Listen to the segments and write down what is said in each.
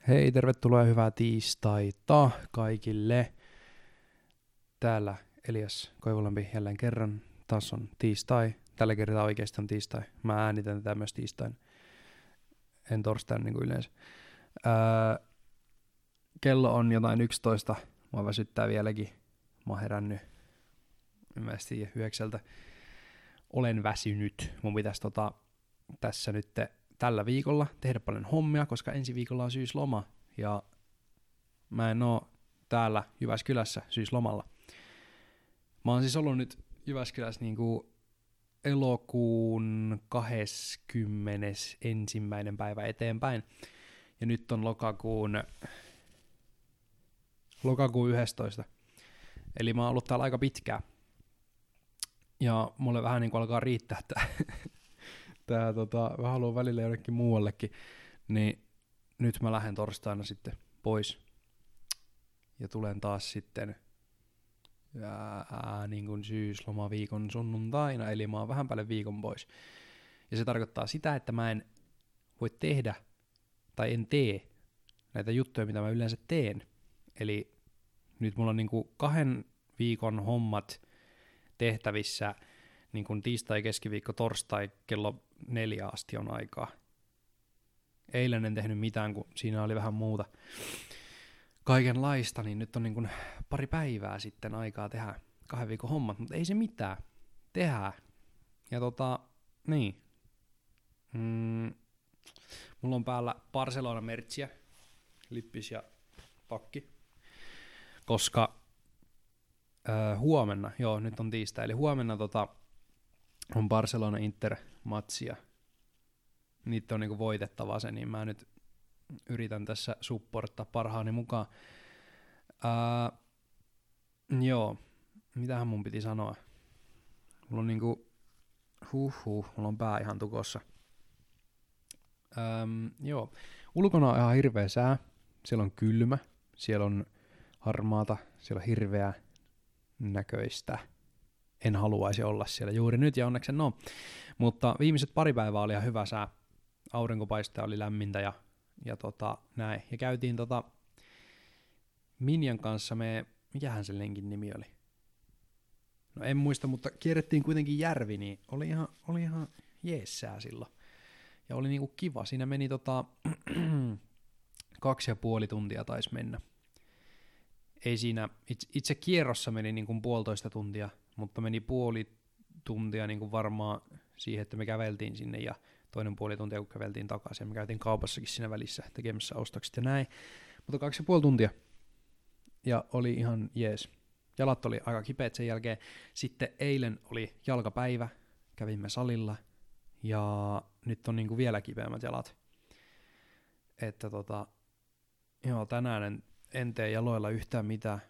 Hei, tervetuloa ja hyvää tiistaita kaikille. Täällä Elias Koivulampi jälleen kerran. Taas on tiistai. Tällä kertaa oikeasti on tiistai. Mä äänitän tätä myös tiistain. En torstain niin kuin yleensä. Kello on jotain 11. Mua väsyttää vieläkin. Mä oon herännyt. En mä tiedä, 9. Olen väsynyt. Mun pitäisi tässä nyt tällä viikolla tehdä paljon hommia, koska ensi viikolla on syysloma. Ja mä en oo täällä Jyväskylässä syyslomalla. Mä oon siis ollut nyt Jyväskylässä niinku elokuun 21. päivä eteenpäin. Ja nyt on lokakuun 11. Eli mä oon ollut täällä aika pitkään. Ja mulle vähän niinku alkaa riittää tää mä haluan välillä jonnekin muuallekin. Niin nyt mä lähden torstaina sitten pois. Ja tulen taas sitten niin kuin syyslomaviikon sunnuntaina, eli mä oon vähän päälle viikon pois. Ja se tarkoittaa sitä, että mä en voi tehdä, tai en tee näitä juttuja, mitä mä yleensä teen. Eli nyt mulla on niin kuin 2 viikon hommat tehtävissä, niin kuin tiistai, keskiviikko, torstai, kello 4 asti on aikaa. Eilen en tehnyt mitään, kun siinä oli vähän muuta kaikenlaista, niin nyt on niin kuin pari päivää sitten aikaa tehdä 2 viikon hommat, mutta ei se mitään. Tehdään. Ja niin. Mulla on päällä Barcelona-mertsiä, lippis ja takki, koska huomenna, nyt on tiistai, eli huomenna on Barcelona-Inter-matsia. Niitä on niinku voitettava se, niin mä nyt yritän tässä supporttaa parhaani mukaan. Mitähän mun piti sanoa? Mulla on niinku, mulla on pää ihan tukossa. Ulkona on ihan hirveä sää, siellä on kylmä, siellä on harmaata, siellä on hirveä näköistä. En haluaisi olla siellä juuri nyt, ja onneksi en oo. Mutta viimeiset pari päivää oli ihan hyvä sää. Aurinko paistaa, oli lämmintä ja näin. Ja käytiin Minjan kanssa mikähän se lenkin nimi oli? No en muista, mutta kierrettiin kuitenkin järvi, niin oli ihan jees sää silloin. Ja oli niinku kiva. Siinä meni 2,5 tuntia taisi mennä. Ei siinä, itse kierrossa meni niinku 1,5 tuntia, mutta meni puoli tuntia niinku varmaan siihen, että me käveltiin sinne ja toinen puoli tuntia, kun käveltiin takaisin. Me käytiin kaupassakin siinä välissä tekemässä ostokset ja näin. Mutta 2,5 tuntia. Ja oli ihan jees. Jalat oli aika kipeät sen jälkeen. Sitten eilen oli jalkapäivä. Kävimme salilla. Ja nyt on niinku vielä kipeämmät jalat. Että tänään en tee jaloilla yhtään mitään.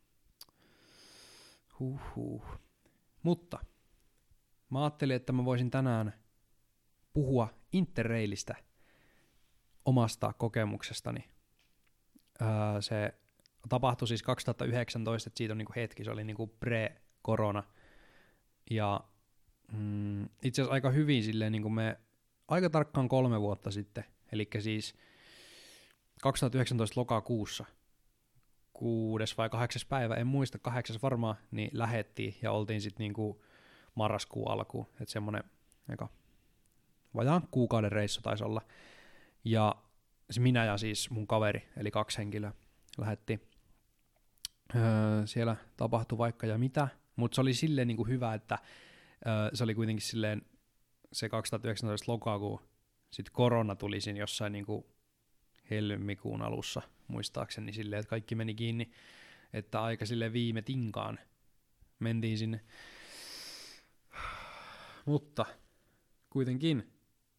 Mutta mä ajattelin, että mä voisin tänään puhua Interrailistä omasta kokemuksestani. Se tapahtui siis 2019, että siitä on niinku hetki, se oli niinku pre-korona. Ja itse asiassa aika hyvin silleen niinku aika tarkkaan 3 vuotta sitten, eli siis 2019 lokakuussa, 6. vai 8. päivä, en muista, 8. varmaan, niin lähettiin ja oltiin sitten niinku marraskuun alkuun, että semmonen aika vajaan kuukauden reissu taisi olla. Ja minä ja siis mun kaveri, eli 2 henkilöä, lähettiin. Siellä tapahtui vaikka ja mitä, mutta se oli silleen niin kuin hyvä, että se oli kuitenkin silleen se 2019 lokakuu, sitten korona tuli siinä jossain niin kuin helmikuun alussa, muistaakseni silleen, että kaikki meni kiinni, että aika silleen viime tinkaan mentiin sinne. Mutta kuitenkin,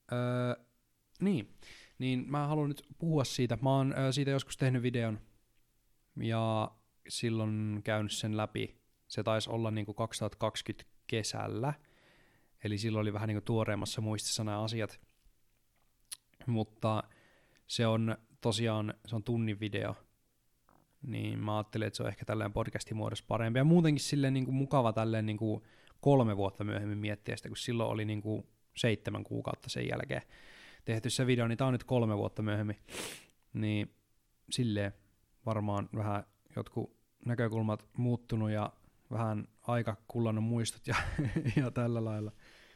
niin mä haluan nyt puhua siitä. Mä oon siitä joskus tehnyt videon ja silloin käynyt sen läpi. Se taisi olla niinku 2020 kesällä, eli silloin oli vähän niinku tuoreemmassa muistissa nämä asiat. Mutta se on tosiaan, se on tunnin video, niin mä ajattelin, että se on ehkä tälleen podcastin muodossa parempi. Ja muutenkin silleen niinku mukava tälleen niinku 3 vuotta myöhemmin miettiä sitä, kun silloin oli niinku 7 kuukautta sen jälkeen tehty se video, niin tää on nyt 3 vuotta myöhemmin. Niin silleen varmaan vähän jotkut näkökulmat muuttunut ja vähän aika kullannut muistot ja, ja tällä lailla.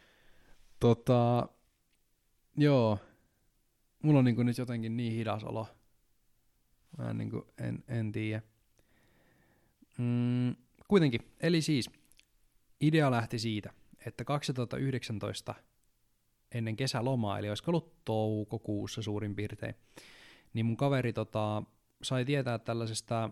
Joo, mulla on niinku nyt jotenkin niin hidas olo. Mä niinku en tiedä. Kuitenkin, eli siis idea lähti siitä, että 2019 ennen kesälomaa, eli olisiko ollut toukokuussa suurin piirtein, niin mun kaveri sai tietää tällaisesta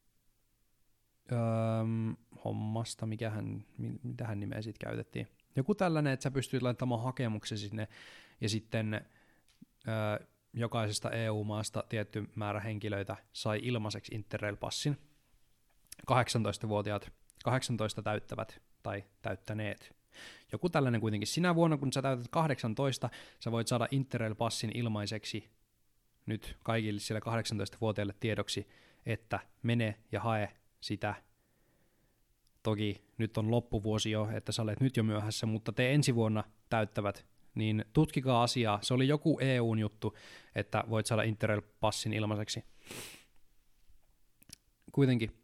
hommasta, mitähän nimeä siitä käytettiin. Joku tällainen, että sä pystyt laittamaan hakemuksen sinne, ja sitten jokaisesta EU-maasta tietty määrä henkilöitä sai ilmaiseksi Interrail-passin. 18-vuotiaat, 18 täyttävät tai täyttäneet. Joku tällainen kuitenkin. Sinä vuonna, kun sä täytät 18, sä voit saada Interrail-passin ilmaiseksi nyt kaikille sille 18-vuotiaille tiedoksi, että mene ja hae sitä. Toki nyt on loppuvuosi jo, että sä olet nyt jo myöhässä, mutta te ensi vuonna täyttävät, niin tutkikaa asiaa. Se oli joku EUn juttu, että voit saada Interrail-passin ilmaiseksi. Kuitenkin.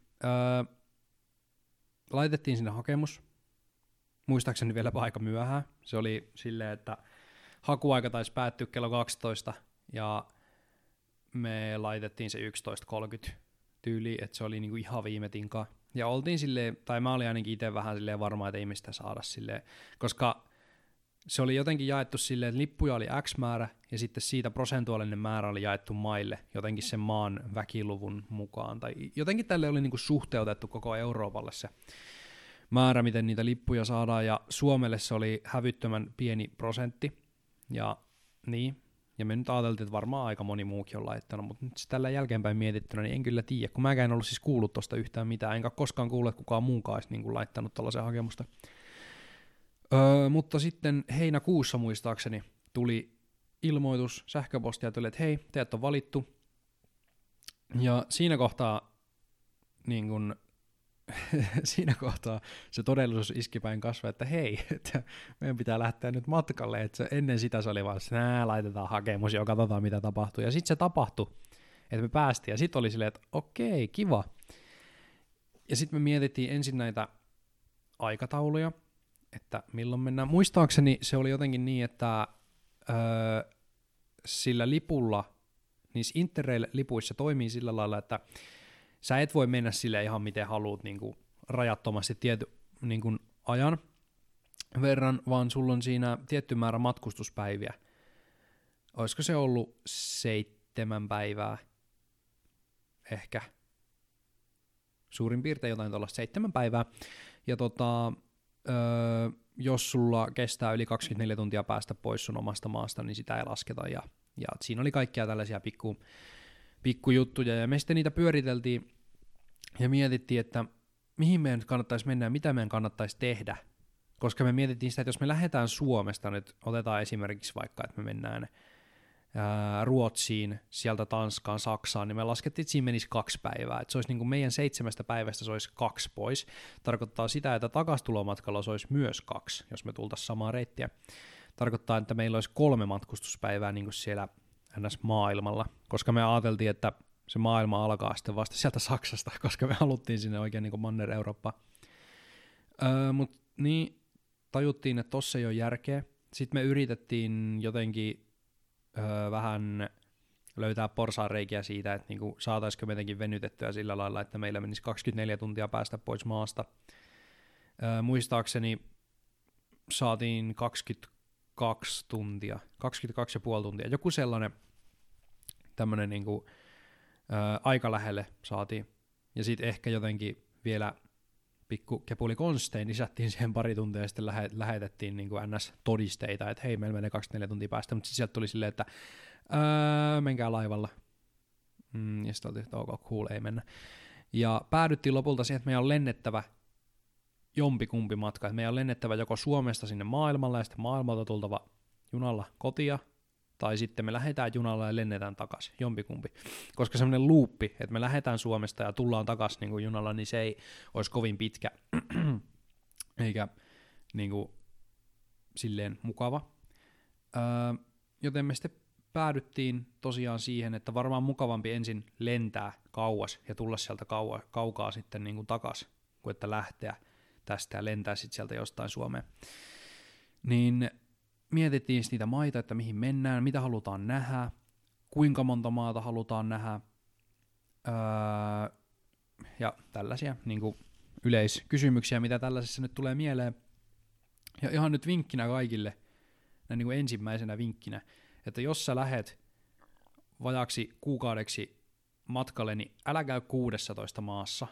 Laitettiin sinne hakemus. Muistaakseni vielä aika myöhään. Se oli silleen, että hakuaika taisi päättyä kello 12 ja me laitettiin se 11.30 tyyliin, että se oli niinku ihan viime tinkaa. Ja oltiin silleen, tai mä olin ainakin itse vähän silleen varma, että ei mistä saada silleen, koska se oli jotenkin jaettu silleen, että lippuja oli X määrä ja sitten siitä prosentuaalinen määrä oli jaettu maille jotenkin sen maan väkiluvun mukaan. Tai jotenkin tälle oli niinku suhteutettu koko Euroopalle se määrä, miten niitä lippuja saadaan, ja Suomelle se oli hävyttömän pieni prosentti. Ja niin, ja me nyt ajateltiin, että varmaan aika moni muukin on laittanut, mutta nyt tällä jälkeenpäin mietittynä, niin en kyllä tiedä, kun mäkään en ollut siis kuullut tosta yhtään mitään, enkä koskaan kuullut, että kukaan muunkaan olisi niin kuin laittanut tällaisen hakemusta. Mutta sitten heinäkuussa muistaakseni tuli ilmoitus, sähköpostia tuli, että hei, teidät on valittu. Ja siinä kohtaa, niin kun, siinä kohtaa se todellisuus iski päin kasvaa, että hei, että meidän pitää lähteä nyt matkalle. Että ennen sitä se oli vaan, että laitetaan hakemus ja katsotaan mitä tapahtuu. Ja sitten se tapahtui, että me päästiin. Ja sitten oli silleen, että okei, kiva. Ja sitten me mietittiin ensin näitä aikatauluja, että milloin mennään. Muistaakseni se oli jotenkin niin, että sillä lipulla, niissä Interrail-lipuissa toimii sillä lailla, että sä et voi mennä sille ihan miten haluat niin kuin rajattomasti niin kuin ajan verran, vaan sulla on siinä tietty määrä matkustuspäiviä. Olisiko se ollut 7 päivää? Ehkä. Suurin piirtein jotain tuollaista 7 päivää. Ja jos sulla kestää yli 24 tuntia päästä pois sun omasta maasta, niin sitä ei lasketa. Ja siinä oli kaikkia tällaisia pikkujuttuja, ja me sitten niitä pyöriteltiin ja mietittiin, että mihin meidän nyt kannattaisi mennä ja mitä meidän kannattaisi tehdä. Koska me mietittiin sitä, että jos me lähdetään Suomesta, nyt otetaan esimerkiksi vaikka, että me mennään Ruotsiin, sieltä Tanskaan, Saksaan, niin me laskettiin, että siinä menisi 2 päivää. Että se olisi niin kuin meidän 7 päivästä se olisi 2 pois. Tarkoittaa sitä, että takastulomatkalla se olisi myös 2, jos me tultaisiin samaa reittiä. Tarkoittaa, että meillä olisi 3 matkustuspäivää niin kuin siellä NS-maailmalla, koska me ajateltiin, että se maailma alkaa sitten vasta sieltä Saksasta, koska me haluttiin sinne oikein niin kuin Manner-Eurooppaan. Mutta niin, tajuttiin, että tossa ei ole järkeä. Sitten me yritettiin jotenkin vähän löytää porsaanreikiä siitä, että niinku saataisiko me jotenkin venytettyä sillä lailla, että meillä menisi 24 tuntia päästä pois maasta. Muistaakseni saatiin 22 tuntia, 22,5 tuntia, joku sellainen tämmönen niinku, aika lähelle saatiin. Ja sitten ehkä jotenkin vielä pikku kepulikonstein lisättiin siihen pari tuntia ja sitten lähetettiin niin kuin NS-todisteita, että hei, meillä menee 24 tuntia päästä, mutta sieltä tuli silleen, että menkää laivalla. Ja sitten oltiin, että ok, cool, ei mennä. Ja päädyttiin lopulta siihen, että meidän on lennettävä jompikumpi matka, että meidän on lennettävä joko Suomesta sinne maailmalle ja sitten maailmalta tultava junalla kotia, tai sitten me lähdetään junalla ja lennetään takaisin, jompikumpi. Koska semmoinen luuppi, että me lähdetään Suomesta ja tullaan takaisin niin kuin junalla, niin se ei olisi kovin pitkä, eikä niin kuin, silleen mukava. Joten me sitten päädyttiin tosiaan siihen, että varmaan mukavampi ensin lentää kauas ja tulla sieltä kaukaa sitten niin kuin takas, kuin että lähteä tästä ja lentää sitten sieltä jostain Suomeen. Niin mietittiin niitä maita, että mihin mennään, mitä halutaan nähdä, kuinka monta maata halutaan nähdä, ja tällaisia niin kuin yleiskysymyksiä, mitä tällaisessa nyt tulee mieleen. Ja ihan nyt vinkkinä kaikille, niin kuin ensimmäisenä vinkkinä, että jos sä lähet vajaksi kuukaudeksi matkalle, niin älä käy 16 maassa,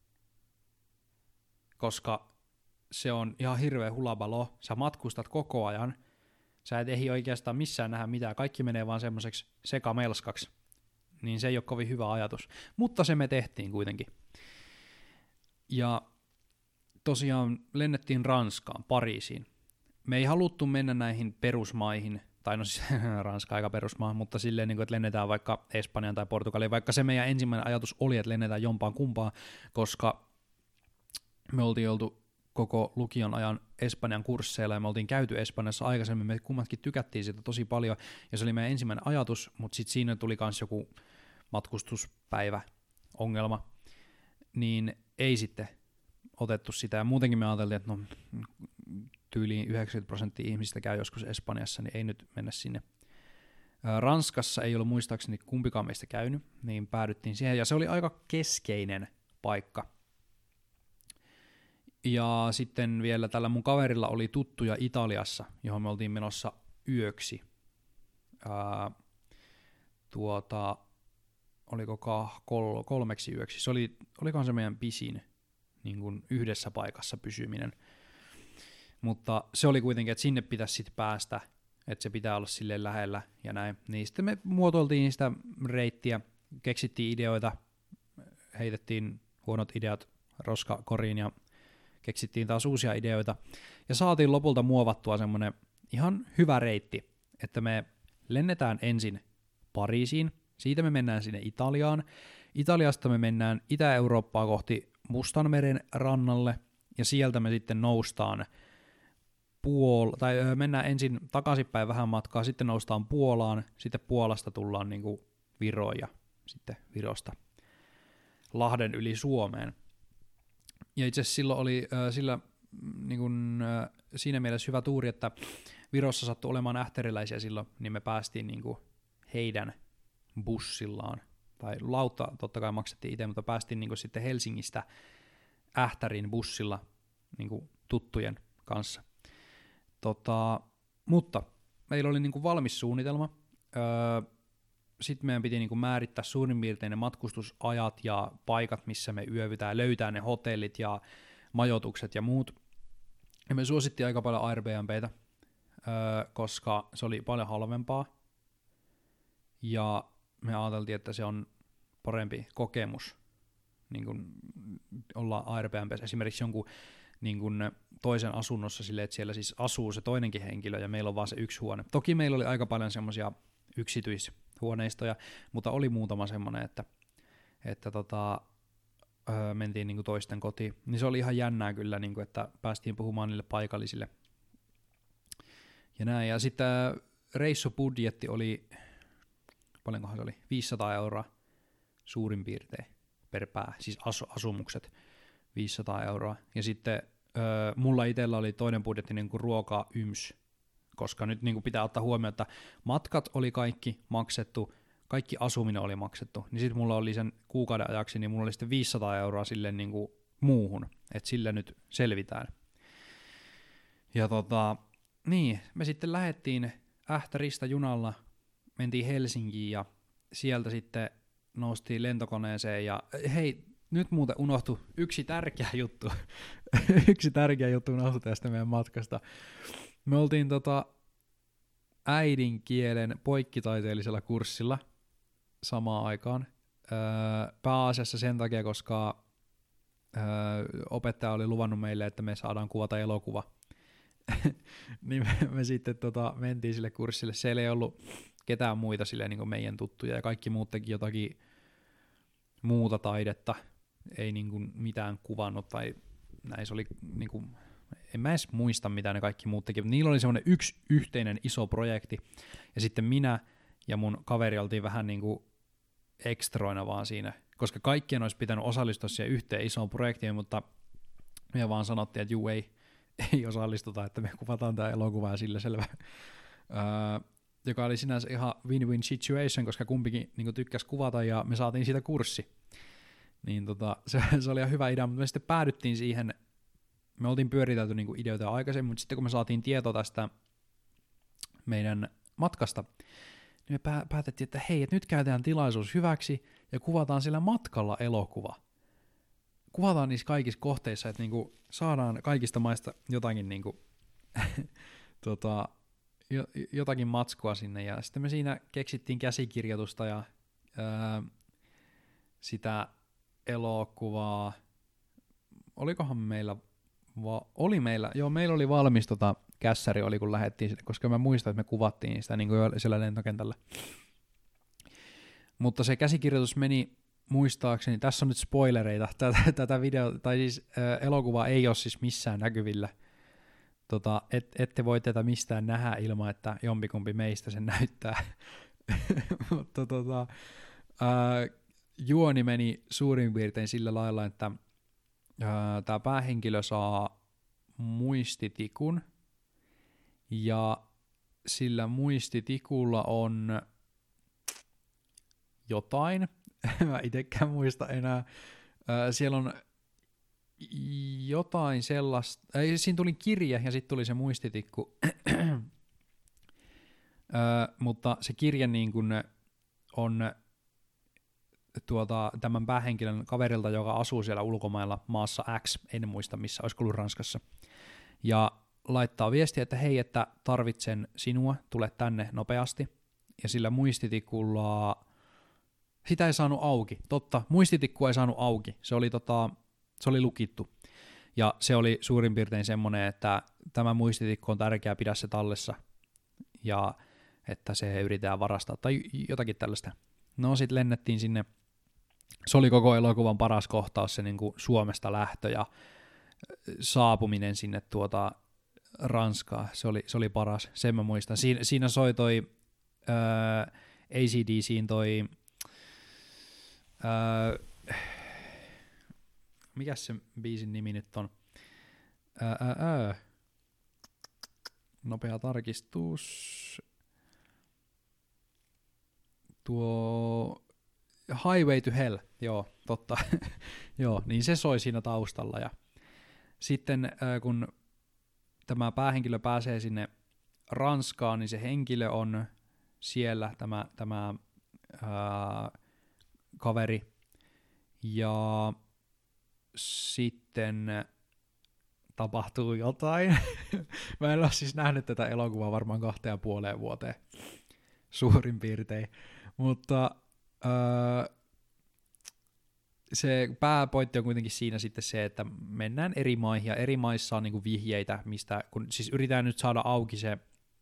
koska se on ihan hirveä hulabalo, sä matkustat koko ajan, sä et ehdi oikeastaan missään nähdä mitään, kaikki menee vaan semmoiseksi sekamelskaksi, niin se ei ole kovin hyvä ajatus, mutta se me tehtiin kuitenkin. Ja tosiaan lennettiin Ranskaan, Pariisiin. Me ei haluttu mennä näihin perusmaihin, tai no siis Ranska aika perusmaa, mutta silleen, että lennetään vaikka Espanjaan tai Portugaliin, vaikka se meidän ensimmäinen ajatus oli, että lennetään jompaan kumpaan, koska me oltiin oltu koko lukion ajan Espanjan kursseilla, ja me oltiin käyty Espanjassa aikaisemmin, me kummatkin tykättiin siitä tosi paljon, ja se oli meidän ensimmäinen ajatus, mutta sitten siinä tuli myös joku matkustuspäivä-ongelma, niin ei sitten otettu sitä, ja muutenkin me ajateltiin, että no tyyliin 90% ihmisistä käy joskus Espanjassa, niin ei nyt mennä sinne. Ranskassa ei ollut muistaakseni kumpikaan meistä käynyt, niin päädyttiin siihen, ja se oli aika keskeinen paikka. Ja sitten vielä tällä mun kaverilla oli tuttuja Italiassa, johon me oltiin menossa yöksi. Oliko 3 yöksi? Olikohan se meidän pisin niin kuin yhdessä paikassa pysyminen. Mutta se oli kuitenkin, että sinne pitäisi sitten päästä, että se pitää olla silleen lähellä ja näin. Niin sitten me muotoiltiin sitä reittiä, keksittiin ideoita, heitettiin huonot ideat roskakoriin ja keksittiin taas uusia ideoita. Ja saatiin lopulta muovattua semmoinen ihan hyvä reitti, että me lennetään ensin Pariisiin, siitä me mennään sinne Italiaan. Italiasta me mennään Itä-Eurooppaa kohti Mustanmeren rannalle, ja sieltä me sitten noustaan mennään ensin takaisinpäin vähän matkaa, sitten noustaan Puolaan, sitten Puolasta tullaan niin kuin Viroon ja sitten Virosta Lahden yli Suomeen. Ja itse asiassa silloin oli siinä mielessä hyvä tuuri, että Virossa sattui olemaan ähtäriläisiä silloin, niin me päästiin niin kuin heidän bussillaan, tai lautta totta kai maksettiin itse, mutta päästiin niin kuin sitten Helsingistä Ähtärin bussilla niin kuin tuttujen kanssa. Mutta meillä oli niin kuin valmis suunnitelma. Sitten meidän piti niin kuin määrittää suurin piirtein ne matkustusajat ja paikat, missä me yövytään, löytää ne hotellit ja majoitukset ja muut. Ja me suosittiin aika paljon Airbnb:tä, koska se oli paljon halvempaa. Ja me ajateltiin, että se on parempi kokemus niin kuin olla Airbnb:ssä. Esimerkiksi jonkun niin kuin toisen asunnossa silleen, että siellä siis asuu se toinenkin henkilö ja meillä on vaan se yksi huone. Toki meillä oli aika paljon semmoisia yksityishuoneistoja, mutta oli muutama semmoinen, että mentiin niin kuin toisten kotiin. Niin se oli ihan jännää kyllä, niin kuin, että päästiin puhumaan niille paikallisille. Ja näin. Ja sitten reissubudjetti oli, paljonkohan se oli, 500 € suurin piirtein per pää, siis asumukset 500 €. Ja sitten mulla itsellä oli toinen budjetti niin kuin ruoka yms, koska nyt niin kuin pitää ottaa huomioon, että matkat oli kaikki maksettu, kaikki asuminen oli maksettu, niin sitten mulla oli sen kuukauden ajaksi, niin mulla oli sitten 500 € sille niin kuin muuhun, että sillä nyt selvitään. Ja niin, me sitten lähdettiin Ähtäristä junalla, mentiin Helsinkiin ja sieltä sitten noustiin lentokoneeseen ja hei, nyt muuten unohtui yksi tärkeä juttu. Yksi tärkeä juttu unohtui tästä meidän matkasta. Me oltiin äidinkielen poikkitaiteellisella kurssilla samaan aikaan. Pääasiassa sen takia, koska opettaja oli luvannut meille, että me saadaan kuvata elokuva. Niin me sitten mentiin sille kurssille. Siellä ei ollut ketään muita silleen, niin kuin meidän tuttuja, ja kaikki muut teki jotakin muuta taidetta. Ei niin kuin mitään kuvannut, tai näin se oli, niin kuin, en mä edes muista, mitä ne kaikki muut teki, mutta niillä oli semmoinen yksi yhteinen iso projekti, ja sitten minä ja mun kaveri oltiin vähän niin kuin ekstroina vaan siinä, koska kaikkien olisi pitänyt osallistua siihen yhteen isoon projektiin, mutta me vaan sanottiin, että juu, ei osallistuta, että me kuvataan tämä elokuva ja sillä selvä. Joka oli sinänsä ihan win-win situation, koska kumpikin niin tykkäsi kuvata ja me saatiin siitä kurssi. Niin se oli ihan hyvä idea, mutta me sitten päädyttiin siihen, me oltiin pyöritelty niin ideoita aikaisemmin, mutta sitten kun me saatiin tieto tästä meidän matkasta, niin me päätettiin, että hei, että nyt käytetään tilaisuus hyväksi ja kuvataan sillä matkalla elokuva. Kuvataan niissä kaikissa kohteissa, että niinku saadaan kaikista maista jotakin, niinku, jotakin matskua sinne. Ja sitten me siinä keksittiin käsikirjoitusta ja sitä elokuvaa. Olikohan meillä meillä oli valmis kässäri oli, kun lähdettiin sinne, koska mä muistan, että me kuvattiin sitä niin kuin siellä lentokentällä. Mutta se käsikirjoitus meni muistaakseni, tässä on nyt spoilereita, tätä tai siis elokuva ei ole siis missään näkyvillä. Ette voi tätä mistään nähdä ilman, että jompikumpi meistä sen näyttää. Mutta juoni meni suurin piirtein sillä lailla, että tämä päähenkilö saa muistitikun, ja sillä muistitikulla on jotain, mä itekään muista enää, siellä on jotain sellaista, siinä tuli kirje ja sitten tuli se muistitikku, mutta se kirje niin kun on tämän päähenkilön kaverilta, joka asuu siellä ulkomailla maassa X, en muista missä, olisiko ollut Ranskassa, ja laittaa viestiä, että hei, että tarvitsen sinua, tule tänne nopeasti, ja sillä muistitikulla, sitä ei saanut auki, totta, muistitikku ei saanut auki, se oli lukittu, ja se oli suurin piirtein semmoinen, että tämä muistitikku on tärkeää, pidä se tallessa, ja että se yritetään varastaa, tai jotakin tällaista. No sit lennettiin sinne, se oli koko elokuvan paras kohtaus, se niin kuin Suomesta lähtö ja saapuminen sinne Ranskaa, se oli paras, sen mä muistan. Siinä soi toi AC/DC:n toi, mikäs se biisin nimi nyt on? Nopea tarkistus. Tuo Highway to Hell, joo, totta. Joo, niin se soi siinä taustalla. Ja sitten kun tämä päähenkilö pääsee sinne Ranskaan, niin se henkilö on siellä, tämä kaveri. Ja sitten tapahtuu jotain. Mä en ole siis nähnyt tätä elokuvaa varmaan 2,5 vuoteen suurin piirtein. Mutta se pääpointti on kuitenkin siinä sitten se, että mennään eri maihin, ja eri maissa on niinku vihjeitä, mistä, kun siis yritetään nyt saada auki se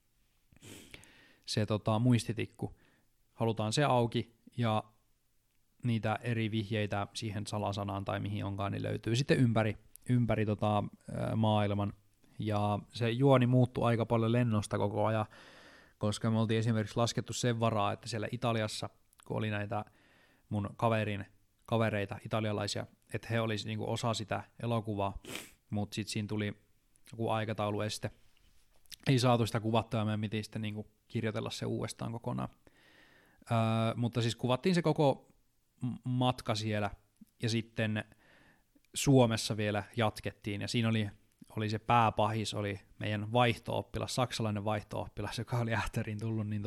muistitikku. Halutaan se auki, ja niitä eri vihjeitä siihen salasanaan tai mihin onkaan, niin löytyy sitten ympäri maailman. Ja se juoni muuttui aika paljon lennosta koko ajan, koska me oltiin esimerkiksi laskettu sen varaa, että siellä Italiassa, kun oli näitä mun kavereita italialaisia, että he olisivat niinku osa sitä elokuvaa, mutta sitten siinä tuli joku aikataulueste. Ei saatu sitä kuvattua, ja meidän piti sitten niinku kirjoitella se uudestaan kokonaan. Mutta siis kuvattiin se koko matka siellä, ja sitten Suomessa vielä jatkettiin, ja siinä oli se pääpahis, oli meidän vaihto-oppilas, saksalainen vaihto-oppilas, joka oli Ähtäriin tullut, niin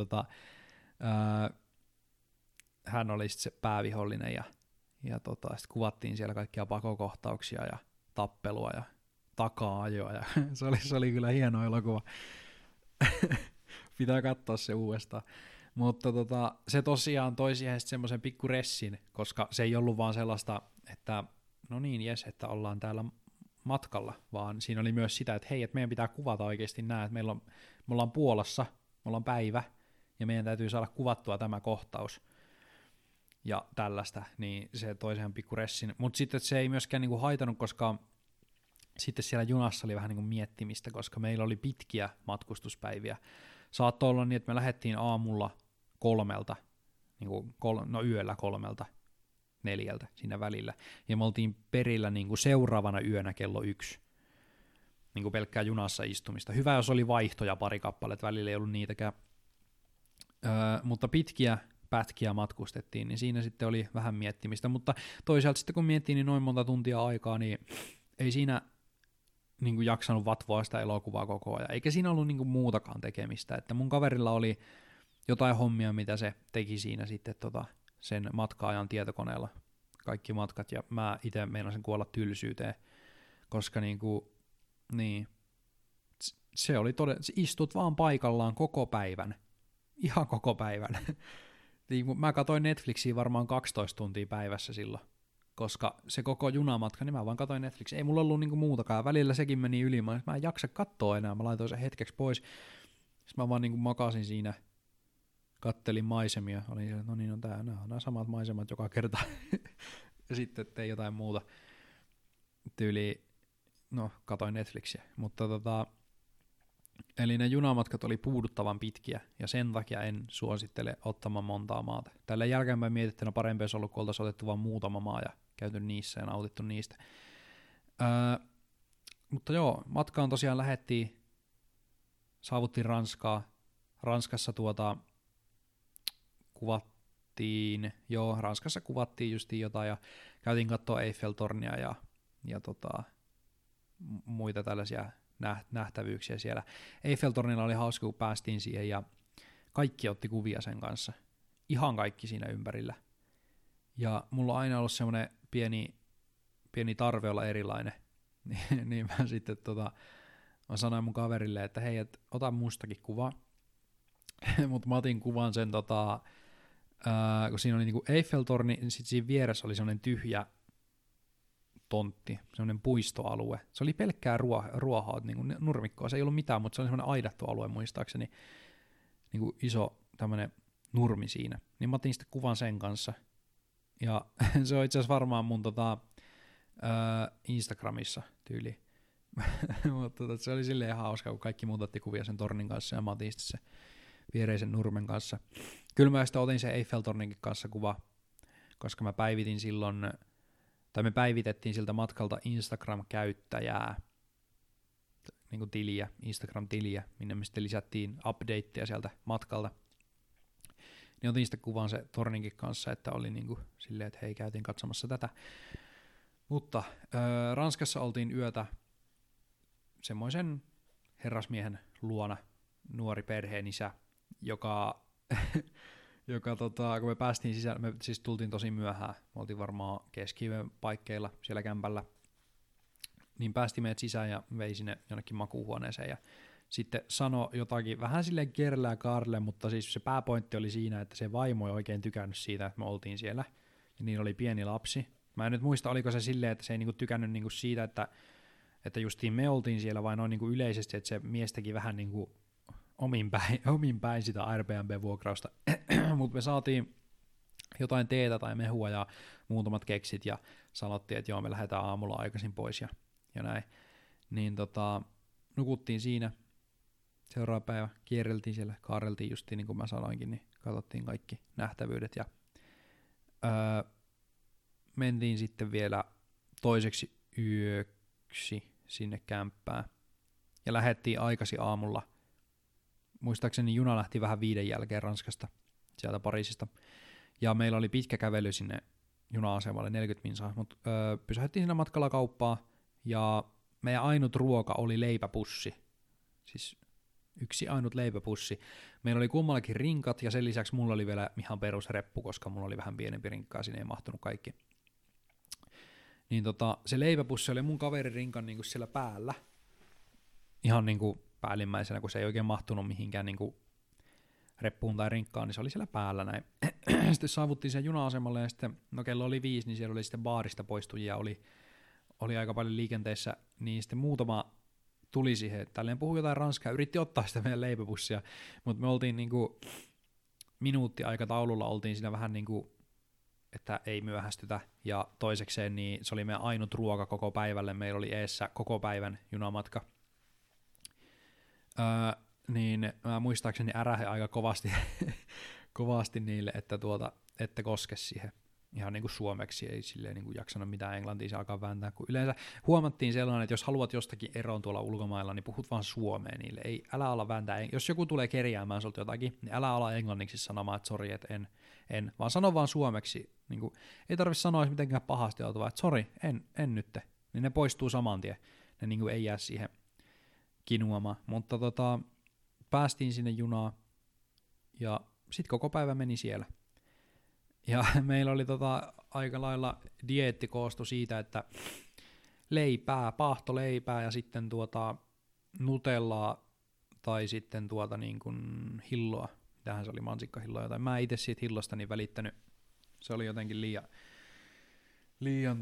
hän oli sitten se päävihollinen, ja sitten kuvattiin siellä kaikkia pakokohtauksia ja tappelua ja taka-ajoa, ja se oli kyllä hieno elokuva. Pitää katsoa se uudestaan. Mutta se tosiaan toi siihen semmoisen pikku ressin, koska se ei ollut vaan sellaista, että no niin, jes, että ollaan täällä matkalla, vaan siinä oli myös sitä, että hei, että meidän pitää kuvata oikeasti nämä, että me ollaan Puolassa, me ollaan päivä, ja meidän täytyy saada kuvattua tämä kohtaus, ja tällaista, niin se toi sen pikku ressin. Mutta sitten se ei myöskään niinku haitannut, koska sitten siellä junassa oli vähän niinku miettimistä, koska meillä oli pitkiä matkustuspäiviä. Saattoi olla niin, että me lähdettiin aamulla 3, niin kuin yöllä 3-4 siinä välillä. Ja me oltiin perillä niin kuin seuraavana yönä kello 1. Niin kuin pelkkää junassa istumista. Hyvä, jos oli vaihtoja pari kappaletta, välillä ei ollut niitäkään. Mutta pitkiä pätkiä matkustettiin, niin siinä sitten oli vähän miettimistä. Mutta toisaalta sitten kun miettii niin noin monta tuntia aikaa, niin ei siinä niin kuin jaksanut vatvoa sitä elokuvaa koko ajan. Eikä siinä ollut niin kuin muutakaan tekemistä. Että mun kaverilla oli jotain hommia, mitä se teki siinä sitten sen matka-ajan tietokoneella. Kaikki matkat, ja mä itse meinasin kuolla tylsyyteen, koska se oli istut vaan paikallaan koko päivän. Ihan koko päivän. Mä katsoin Netflixiä varmaan 12 tuntia päivässä silloin, koska se koko junamatka, niin mä vaan katsoin Netflixiä. Ei mulla ollut niinku muutakaan. Välillä sekin meni yli. Mä en jaksa katsoa enää. Mä laitoin sen hetkeksi pois. Sitten mä vaan niinku makasin siinä, kattelin maisemia. Olin siellä, että no niin, nämä on nämä samat maisemat joka kerta. Ja sitten tein jotain muuta. Katoin Netflixiä. Mutta eli ne junamatkat oli puuduttavan pitkiä, ja sen takia en suosittele ottamaan montaa maata. Tällä jälkeenpäin mietittynä parempi olisi ollut, kun oltaisiin otettu vain muutama maa ja käyty niissä ja nautittu niistä. Mutta joo, matkaan tosiaan lähdettiin, saavuttiin Ranskaa. Ranskassa Ranskassa kuvattiin justiin jotain, ja käytiin katsoa Eiffel-tornia ja muita tällaisia nähtävyyksiä siellä. Eiffel-tornilla oli hauska, kun päästiin siihen, ja kaikki otti kuvia sen kanssa. Ihan kaikki siinä ympärillä. Ja mulla on aina ollut semmoinen pieni tarve olla erilainen. Niin mä sitten mä sanoin mun kaverille, että hei, ota mustakin kuva. Mutta mä otin kuvan sen, kun siinä oli niinku Eiffel-torni, niin sitten siinä vieressä oli semmoinen tyhjä tontti, semmoinen puistoalue. Se oli pelkkää ruohoa, niin kuin nurmikkoa. Se ei ollut mitään, mutta se oli semmoinen aidattu alue muistaakseni. Niin kuin iso tämmöinen nurmi siinä. Niin mä otin sitten kuvan sen kanssa. Ja se on itse asiassa varmaan mun Instagramissa tyyli. Mutta se oli silleen hauska, kun kaikki muut otti kuvia sen tornin kanssa, ja mä otin sitten se viereisen nurmen kanssa. Kyllä mä sitten otin sen Eiffel-torninkin kanssa kuva, koska mä päivitin silloin, tai me päivitettiin siltä matkalta Instagram-käyttäjää, niin kuin tiliä, Instagram-tiliä, minne me sitten lisättiin updateja sieltä matkalta. Niin otin sitten kuvan se torninkin kanssa, että oli niin kuin silleen, että hei, käytiin katsomassa tätä. Mutta Ranskassa oltiin yötä semmoisen herrasmiehen luona, nuori perheenisä, joka kun me päästiin sisään, me siis tultiin tosi myöhään, me oltiin varmaan keskiyön paikkeilla siellä kämpällä, niin päästi meidät sisään ja vei sinne jonnekin makuuhuoneeseen, ja sitten sanoi jotakin vähän silleen kerlää kaarelle, mutta siis se pääpointti oli siinä, että se vaimo ei oikein tykännyt siitä, että me oltiin siellä, ja niin oli pieni lapsi. Mä en nyt muista, oliko se silleen, että se ei niinku tykännyt niinku siitä, että justiin me oltiin siellä, vai noin niinku yleisesti, että se mies teki vähän niinku omin päin sitä Airbnb-vuokrausta, mutta me saatiin jotain teetä tai mehua ja muutamat keksit, ja sanottiin, että joo, me lähdetään aamulla aikaisin pois ja näin. Niin nukuttiin siinä, seuraava päivä kierreltiin siellä, kaareltiin justiin niin kuin mä sanoinkin, niin katsottiin kaikki nähtävyydet, ja mentiin sitten vielä toiseksi yöksi sinne kämppään, ja lähdettiin aikaisin aamulla. Muistaakseni juna lähti vähän 5 jälkeen Ranskasta, sieltä Pariisista, ja meillä oli pitkä kävely sinne juna-asemalle, 40 minsaa, mutta pysähdyttiin siinä matkalla kauppaa, ja meidän ainut ruoka oli leipäpussi, siis yksi ainut leipäpussi. Meillä oli kummallakin rinkat, ja sen lisäksi mulla oli vielä ihan perusreppu, koska mulla oli vähän pienempi rinkka, ja sinne ei mahtunut kaikki. Niin se leipäpussi oli mun kaverin rinkan niinku siellä päällä, ihan niinku päällimmäisenä, kun se ei oikein mahtunut mihinkään niinku reppuun tai rinkkaan, niin se oli siellä päällä näin. Sitten saavuttiin sen juna-asemalle, ja sitten, kello oli 5, niin siellä oli sitten baarista poistujia, oli aika paljon liikenteessä, niin sitten muutama tuli siihen, tälleen puhui jotain ranskaa, yritti ottaa sitä meidän leipäpussia, mutta me oltiin niinku minuuttiaikataululla, oltiin siinä vähän niinku, että ei myöhästytä, ja toisekseen niin se oli meidän ainut ruoka koko päivälle, meillä oli eessä koko päivän junamatka. Niin mä muistaakseni ärähdin aika kovasti niille, että ette koske siihen ihan niin kuin suomeksi, ei silleen niin kuin jaksanut mitään englantia se alkaa vääntää, kun yleensä huomattiin sellainen, että jos haluat jostakin eroon tuolla ulkomailla, niin puhut vaan suomea niille, älä ala vääntää, jos joku tulee kerjäämään sulta jotakin, niin älä ala englanniksi sanomaan, että sori, että en, vaan sano vaan suomeksi, niin kuin, ei tarvitse sanoa mitenkään pahasti, vaan että sori, en nytte, niin ne poistuu saman tien, ne niin kuin ei jää siihen kinuamaan, mutta päästiin sinne junaan, ja sitten koko päivä meni siellä. Ja meillä oli aika lailla dieetti koostu siitä, että paahtoleipää ja sitten nutellaa tai sitten niin kuin hilloa. Tähän se oli mansikkahilloa, tai mä itse siitä hillosta niin välittänyt. Se oli jotenkin liian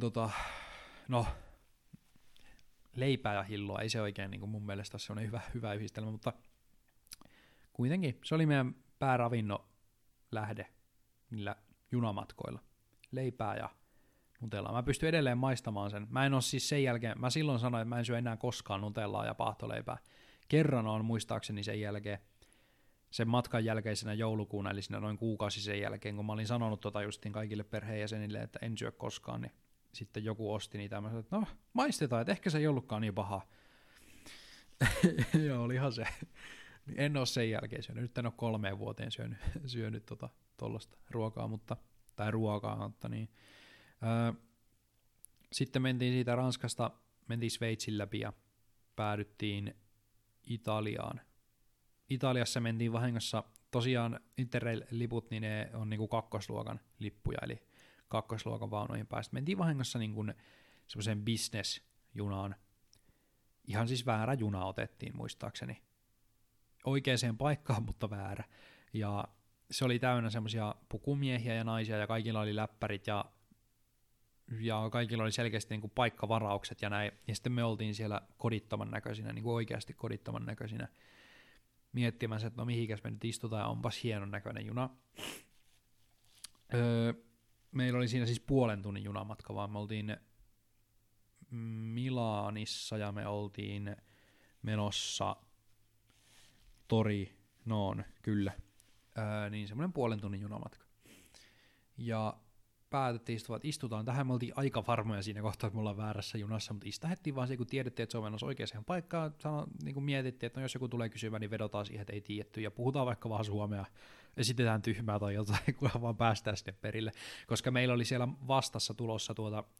leipää ja hilloa, ei se oikein niin kuin mun mielestä se on hyvä yhdistelmä, mutta kuitenkin se oli meidän pääravinno lähde niillä junamatkoilla. Leipää ja nutellaa. Mä pystyn edelleen maistamaan sen. Mä en oo siis sen jälkeen, mä silloin sanoin, että mä en syö enää koskaan nutellaa ja paahtoleipää. Kerran on muistaakseni sen jälkeen, sen matkan jälkeisenä joulukuuna, eli siinä noin kuukausi sen jälkeen, kun mä olin sanonut justiin kaikille perheenjäsenille, että en syö koskaan, niin sitten joku osti niitä, ja mä sanoin, että no maistetaan, että ehkä se ei ollutkaan niin paha. Joo, olihan se. En ole sen jälkeen syönyt, nyt en ole 3 vuoteen syönyt tuollaista ruokaa, mutta niin. Sitten mentiin siitä Ranskasta, mentiin Sveitsin läpi ja päädyttiin Italiaan. Italiassa mentiin vahingossa, tosiaan Interrail-liput, niin ne on niinku 2. lippuja, eli 2. vaunuihin päästä. Mentiin vahingossa niinku semmoiseen business-junaan. Ihan siis väärä juna otettiin muistaakseni. Oikeaan paikkaan, mutta väärä. Ja se oli täynnä semmoisia pukumiehiä ja naisia, ja kaikilla oli läppärit, ja kaikilla oli selkeästi niin kuin paikkavaraukset, ja näin. Ja sitten me oltiin siellä kodittoman näköisinä, niin kuin oikeasti kodittoman näköisinä, miettimässä, että no mihinkäs me nyt istutaan, ja onpas hienon näköinen juna. Meillä oli siinä siis 0,5 tunnin junamatka, vaan me oltiin Milaanissa, ja me oltiin menossa Torinoon, kyllä. Niin semmoinen 0,5 tunnin junamatka. Ja päätettiin, että istutaan tähän. Me oltiin aika varmoja siinä kohtaa, että me ollaan väärässä junassa, mutta istahettiin vaan se, kun tiedettiin, että se on menossa oikeaan paikkaan. Niin kuin mietittiin, että no, jos joku tulee kysymään, niin vedotaan siihen, että ei tiedetty. Ja puhutaan vaikka vaan suomea, esitetään tyhmää tai jotain, kunhan vaan päästään sinne perille. Koska meillä oli siellä vastassa tulossa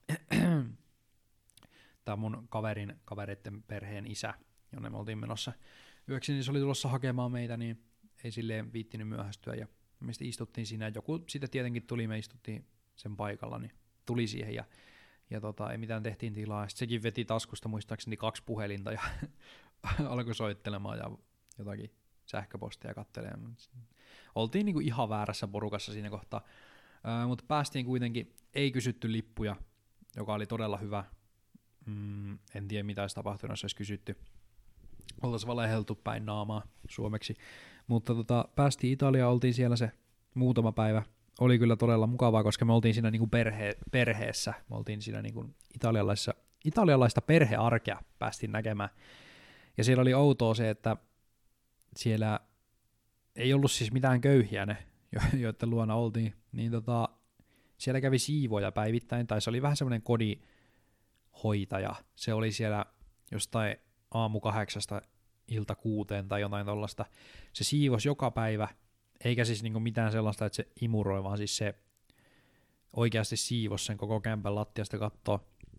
tämä mun kavereiden perheen isä, jonne me oltiin menossa yöksi, niin se oli tulossa hakemaan meitä, niin ei silleen viittinyt myöhästyä, ja me istuttiin siinä, joku sitten tietenkin tuli, me istuttiin sen paikalla, niin tuli siihen, ja ei mitään, tehtiin tilaa, ja sekin veti taskusta muistaakseni 2 puhelinta, ja alkoi soittelemaan, ja jotakin sähköpostia katselemaan. Oltiin niinku ihan väärässä porukassa siinä kohtaa, mutta päästiin kuitenkin, ei kysytty lippuja, joka oli todella hyvä, en tiedä mitä olisi tapahtunut, jos olisi kysytty. Oltaisiin valeheltu päin naamaa suomeksi, mutta päästiin Italiaan, oltiin siellä se muutama päivä. Oli kyllä todella mukavaa, koska me oltiin siinä niinku perheessä, me oltiin siinä niinku italialaista perhearkea päästiin näkemään. Ja siellä oli outoa se, että siellä ei ollut siis mitään köyhiä ne, joiden luona oltiin, niin siellä kävi siivoja päivittäin, tai se oli vähän semmoinen kodinhoitaja. Se oli siellä jostain aamu 8 ilta 6 tai jotain tollaista. Se siivos joka päivä, eikä siis niinku mitään sellaista, että se imuroi, vaan siis se oikeasti siivos sen koko kämpän lattiasta kattoo.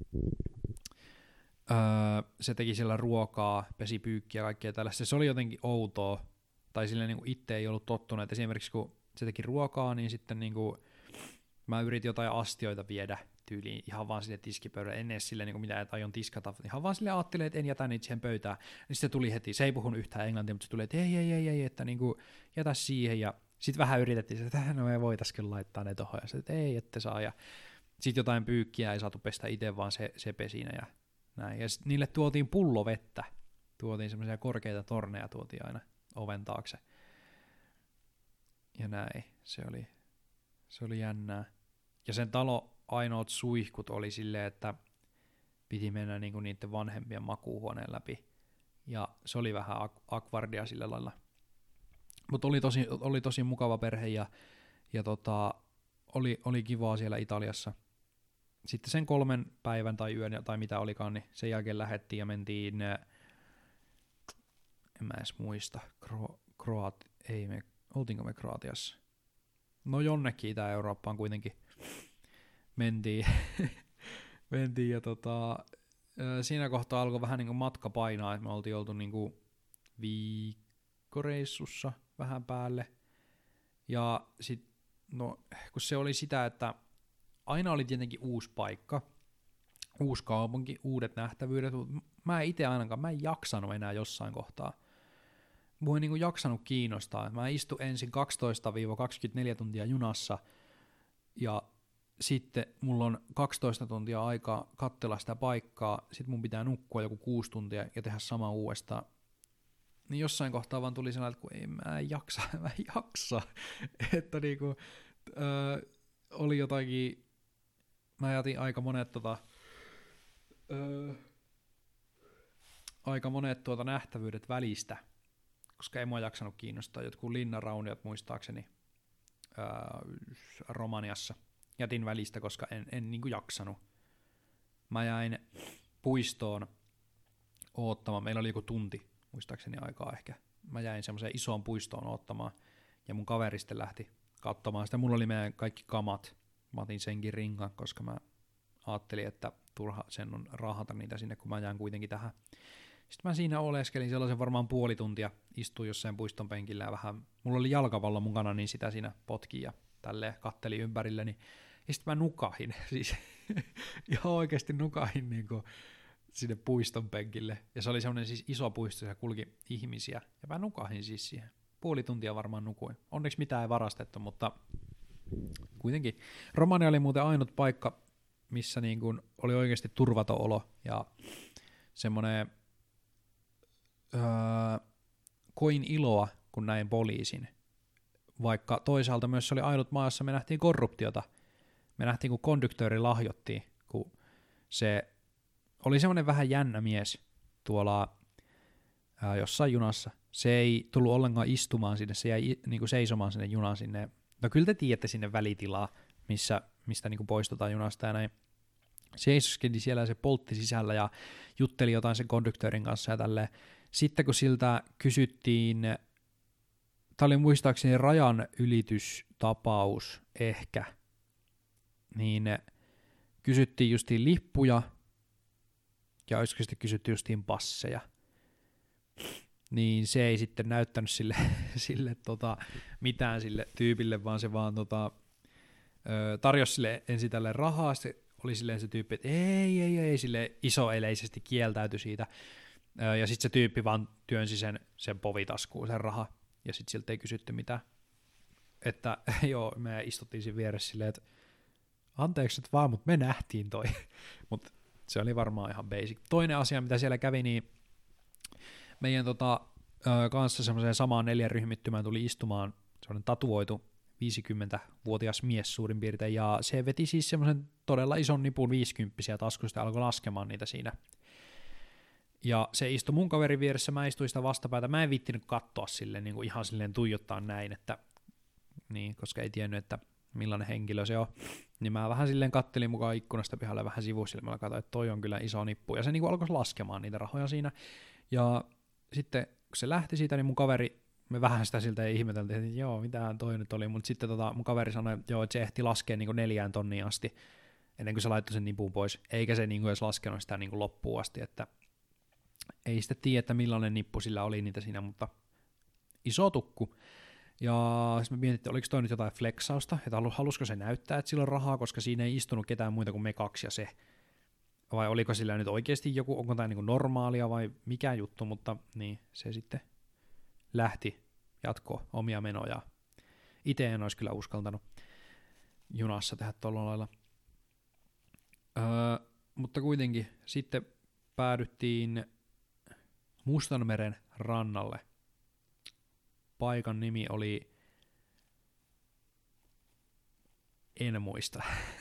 Se teki siellä ruokaa, pesi pyykkiä ja kaikkea tällaista. Se oli jotenkin outoa, tai silleen niinku itse ei ollut tottunut, että esimerkiksi kun se teki ruokaa, niin sitten niinku mä yritin jotain astioita viedä tyyliin ihan vaan sille tiskipöydälle, en edes silleen niin mitään, että aion tiskata, ihan vaan sille ajattelin, että en jätä niitä siihen pöytään, niin sitten tuli heti, se ei puhunut yhtään englantia, mutta se tuli, että ei, että niin kuin jätä siihen, ja sitten vähän yritettiin, että no me voitaisiin laittaa ne tohon, ja sitten ei, ette saa, ja sitten jotain pyykkiä ei saatu pestä itse, vaan se pesinä, ja näin, ja niille tuotiin pullovettä, tuotiin semmoisia korkeita torneja, tuotiin aina oven taakse, ja näin, se oli jännää, ja sen talo ainoat suihkut oli silleen, että piti mennä niinku niiden vanhempien makuuhuoneen läpi. Ja se oli vähän akvardia sillä lailla. Mutta oli tosi mukava perhe ja oli kivaa siellä Italiassa. Sitten sen 3 päivän tai yön tai mitä olikaan, niin sen jälkeen lähdettiin ja mentiin, en mä edes muista, oltiinko me Kroatiassa? No jonnekin Itä-Eurooppaan kuitenkin mentiin, mentiin ja siinä kohtaa alkoi vähän niin kuin matka painaa, että me oltiin oltu niin kuin viikkoreissussa vähän päälle. Ja sit, no, kun se oli sitä, että aina oli tietenkin uusi paikka, uusi kaupunki, uudet nähtävyydet, mutta mä en jaksanut enää jossain kohtaa. Mua ei niin kuin jaksanut kiinnostaa. Mä istun ensin 12-24 tuntia junassa ja sitten mulla on 12 tuntia aikaa katsella sitä paikkaa, sit mun pitää nukkua joku 6 tuntia ja tehdä sama uudestaan. Niin jossain kohtaa vaan tuli sellainen, että kun mä en jaksa. Että niinku, oli jotakin, mä jätin aika monet nähtävyydet välistä, koska ei mua jaksanut kiinnostaa. Jotkut linnanrauniot muistaakseni Romaniassa jätin välistä, koska en niinku jaksanut. Mä jäin puistoon oottamaan, meillä oli joku tunti muistaakseni aikaa ehkä. Mä jäin semmoiseen isoon puistoon oottamaan ja mun kaveri sitten lähti katsomaan sitä. Mulla oli meidän kaikki kamat. Mä otin senkin ringan, koska mä ajattelin, että turha sen on raahata niitä sinne, kun mä jään kuitenkin tähän. Sitten mä siinä oleskelin sellaisen varmaan puoli tuntia, istuin jossain puiston penkillä ja vähän, mulla oli jalkapallo mukana, niin sitä siinä potki ja tälleen katteli ympärilleni. Ja sitten mä nukahin, siis ihan oikeasti nukahin niinku sinne puiston penkille. Ja se oli semmoinen siis iso puisto, ja kulki ihmisiä. Ja mä nukahin siis siihen. Puoli tuntia varmaan nukuin. Onneksi mitään ei varastettu, mutta kuitenkin. Romania oli muuten ainut paikka, missä niin kuin oli oikeasti turvaton olo. Ja semmoinen koin iloa, kun näin poliisin. Vaikka toisaalta myös se oli ainut maa, jossa me nähtiin korruptiota. Me nähtiin, kun konduktööri lahjottiin, kun se oli semmoinen vähän jännä mies tuolla jossain junassa. Se ei tullut ollenkaan istumaan sinne, se jäi niinku seisomaan sinne junaan sinne. No kyllä te tiedätte sinne välitilaa, mistä niinku poistutaan junasta ja näin. Seisoskeli siellä ja se poltti sisällä ja jutteli jotain sen konduktöörin kanssa ja tälleen. Sitten kun siltä kysyttiin, tämä oli muistaakseni rajan ylitystapaus ehkä, niin kysyttiin justiin lippuja, ja olisiko sitten kysytty justiin passeja, niin se ei sitten näyttänyt sille mitään sille tyypille, vaan se vaan tarjosi sille ensin tälle rahaa, se oli silleen se tyyppi, että ei, sille isoeleisesti kieltäytyi siitä, ja sitten se tyyppi vaan työnsi sen povitaskuun, sen raha, ja sitten siltä ei kysytty mitään, että joo, me istuttiin siinä vieressä silleen, että anteeksi nyt vaan, mutta me nähtiin toi, mutta se oli varmaan ihan basic. Toinen asia, mitä siellä kävi, niin meidän kanssa semmoiseen samaan 4 ryhmittymään tuli istumaan semmoinen tatuoitu 50-vuotias mies suurin piirtein, ja se veti siis semmoisen todella ison nipun 50-vuotiaisia taskusta ja alkoi laskemaan niitä siinä. Ja se istui mun kaverin vieressä, mä istuin sitä vastapäätä, mä en viittinyt katsoa silleen, niin kuin ihan silleen tuijottaa näin, että niin, koska ei tiennyt, että millainen henkilö se on, niin mä vähän silleen kattelin mukaan ikkunasta pihalle vähän sivusilmällä, katsoin, että toi on kyllä iso nippu, ja se niinku alkoi laskemaan niitä rahoja siinä, ja sitten kun se lähti siitä, niin mun kaveri, me vähän sitä siltä ihmeteltiin, että joo, mitähän toi nyt oli, mutta sitten mun kaveri sanoi, että joo, että se ehti laskea niinku 4 tonnia asti, ennen kuin se laittoi sen nipun pois, eikä se niinku edes laskenut sitä niinku loppuun asti, että ei sitten tiedä, että millainen nippu sillä oli niitä siinä, mutta iso tukku. Ja sitten me mietittiin, että oliko toi nyt jotain flexausta, että halusiko se näyttää, että sillä on rahaa, koska siinä ei istunut ketään muita kuin me 2 ja se. Vai oliko sillä nyt oikeasti joku, onko tämä niin kuin normaalia vai mikä juttu, mutta niin, se sitten lähti jatkoa omia menojaan. Itse en olisi kyllä uskaltanut junassa tehdä tuolla lailla. Mutta kuitenkin sitten päädyttiin Mustanmeren rannalle. Paikan nimi oli, en muista.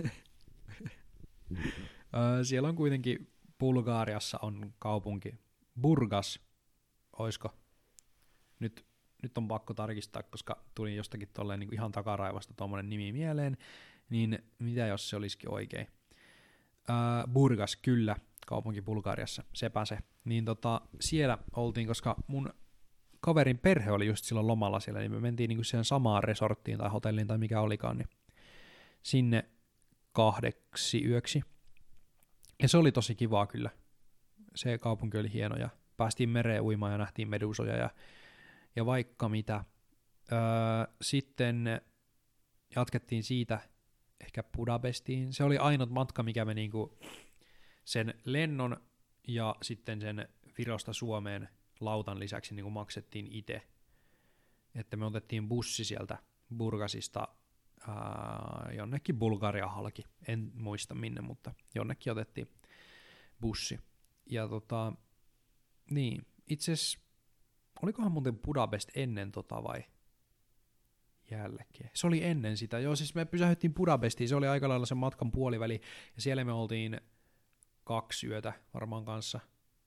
Siellä on kuitenkin, Bulgariassa on kaupunki Burgas, oisko? Nyt nyt on pakko tarkistaa, koska tuli jostakin tolleen niin kuin ihan takaraivosta tommonen nimi mieleen, niin mitä jos se olisikin oikein. Burgas, kyllä, kaupunki Bulgariassa, sepä se. Niin siellä oltiin, koska mun kaverin perhe oli just silloin lomalla siellä, niin me mentiin niinku siihen samaan resorttiin tai hotelliin tai mikä olikaan, niin sinne 2 yöksi. Ja se oli tosi kivaa kyllä. Se kaupunki oli hieno ja päästiin mereen uimaan ja nähtiin medusoja ja vaikka mitä. Sitten jatkettiin siitä ehkä Budapestiin. Se oli ainut matka, mikä me niinku sen lennon ja sitten sen Virosta Suomeen lautan lisäksi niinku maksettiin itse. Että me otettiin bussi sieltä Burgasista jonnekin Bulgaria halki. En muista minne, mutta jonnekin otettiin bussi. Ja niin, itse asiassa, olikohan muuten Budapest ennen vai jälkeen? Se oli ennen sitä. Joo, siis me pysähdyttiin Budapestiin, se oli aika lailla sen matkan puoliväli, ja siellä me oltiin 2 yötä varmaan kanssa.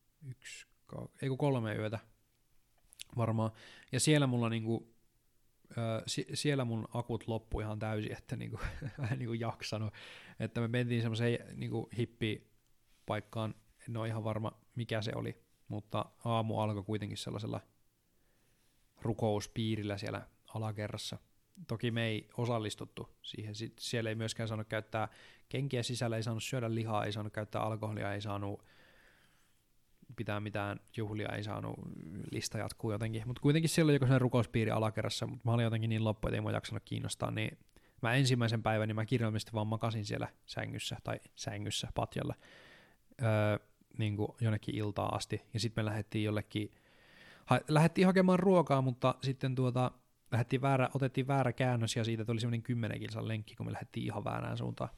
3 yötä varmaan. Ja siellä mulla niinku, siellä mun akut loppui ihan täysin, että niinku, vähän niinku jaksanut. Että me mentiin semmoiseen niinku hippipaikkaan, en ole ihan varma mikä se oli, mutta aamu alkoi kuitenkin sellaisella rukouspiirillä siellä alakerrassa. Toki me ei osallistuttu siihen. Siellä ei myöskään saanut käyttää kenkiä sisällä, ei saanut syödä lihaa, ei saanut käyttää alkoholia, ei saanut pitää mitään juhlia, ei saanut, lista jatkuu jotenkin. Mutta kuitenkin siellä oli joku sellainen rukouspiiri alakerrassa, mutta mä olin jotenkin niin loppu, että ei mua jaksanut kiinnostaa, niin mä ensimmäisen päivän niin mä kirjallisesti vaan makasin siellä sängyssä, patjalla, niin kuin jonnekin iltaa asti. Ja sitten me lähdettiin hakemaan ruokaa, mutta sitten otettiin väärä käännös ja siitä tuli semmoinen 10 kilsan lenkki, kun me lähdettiin ihan väärään suuntaan.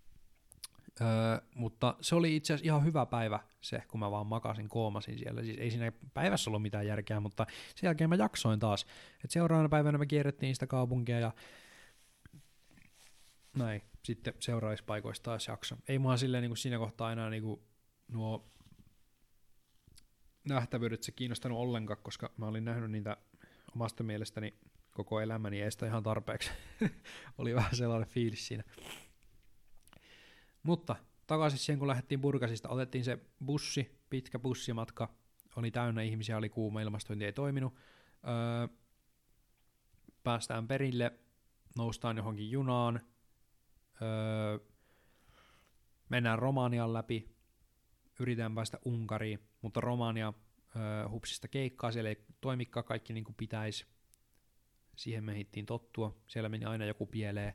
Mutta se oli itse asiassa ihan hyvä päivä se, kun mä vaan makasin, koomasin siellä. Siis ei siinä päivässä ollut mitään järkeä, mutta sen jälkeen mä jaksoin taas. Et seuraavana päivänä me kierrettiin sitä kaupunkia ja näin. Sitten seuraavissa paikoissa taas jakso. Ei mua silleen niin kuin siinä kohtaa enää niin kuin nuo nähtävyydet se kiinnostanut ollenkaan, koska mä olin nähnyt niitä omasta mielestäni koko elämäni, ei sitä ihan tarpeeksi. Oli vähän sellainen fiilis siinä. Mutta takaisin siihen, kun lähdettiin Burgasista, otettiin se pitkä bussimatka, oli täynnä ihmisiä, oli kuuma, ilmastointi ei toiminut. Päästään perille, noustaan johonkin junaan, mennään Romanian läpi, yritetään päästä Unkariin, mutta Romania hupsista keikkaa, siellä ei toimikaan kaikki niin kuin pitäisi. Siihen me hittiin tottua, siellä meni aina joku pieleen.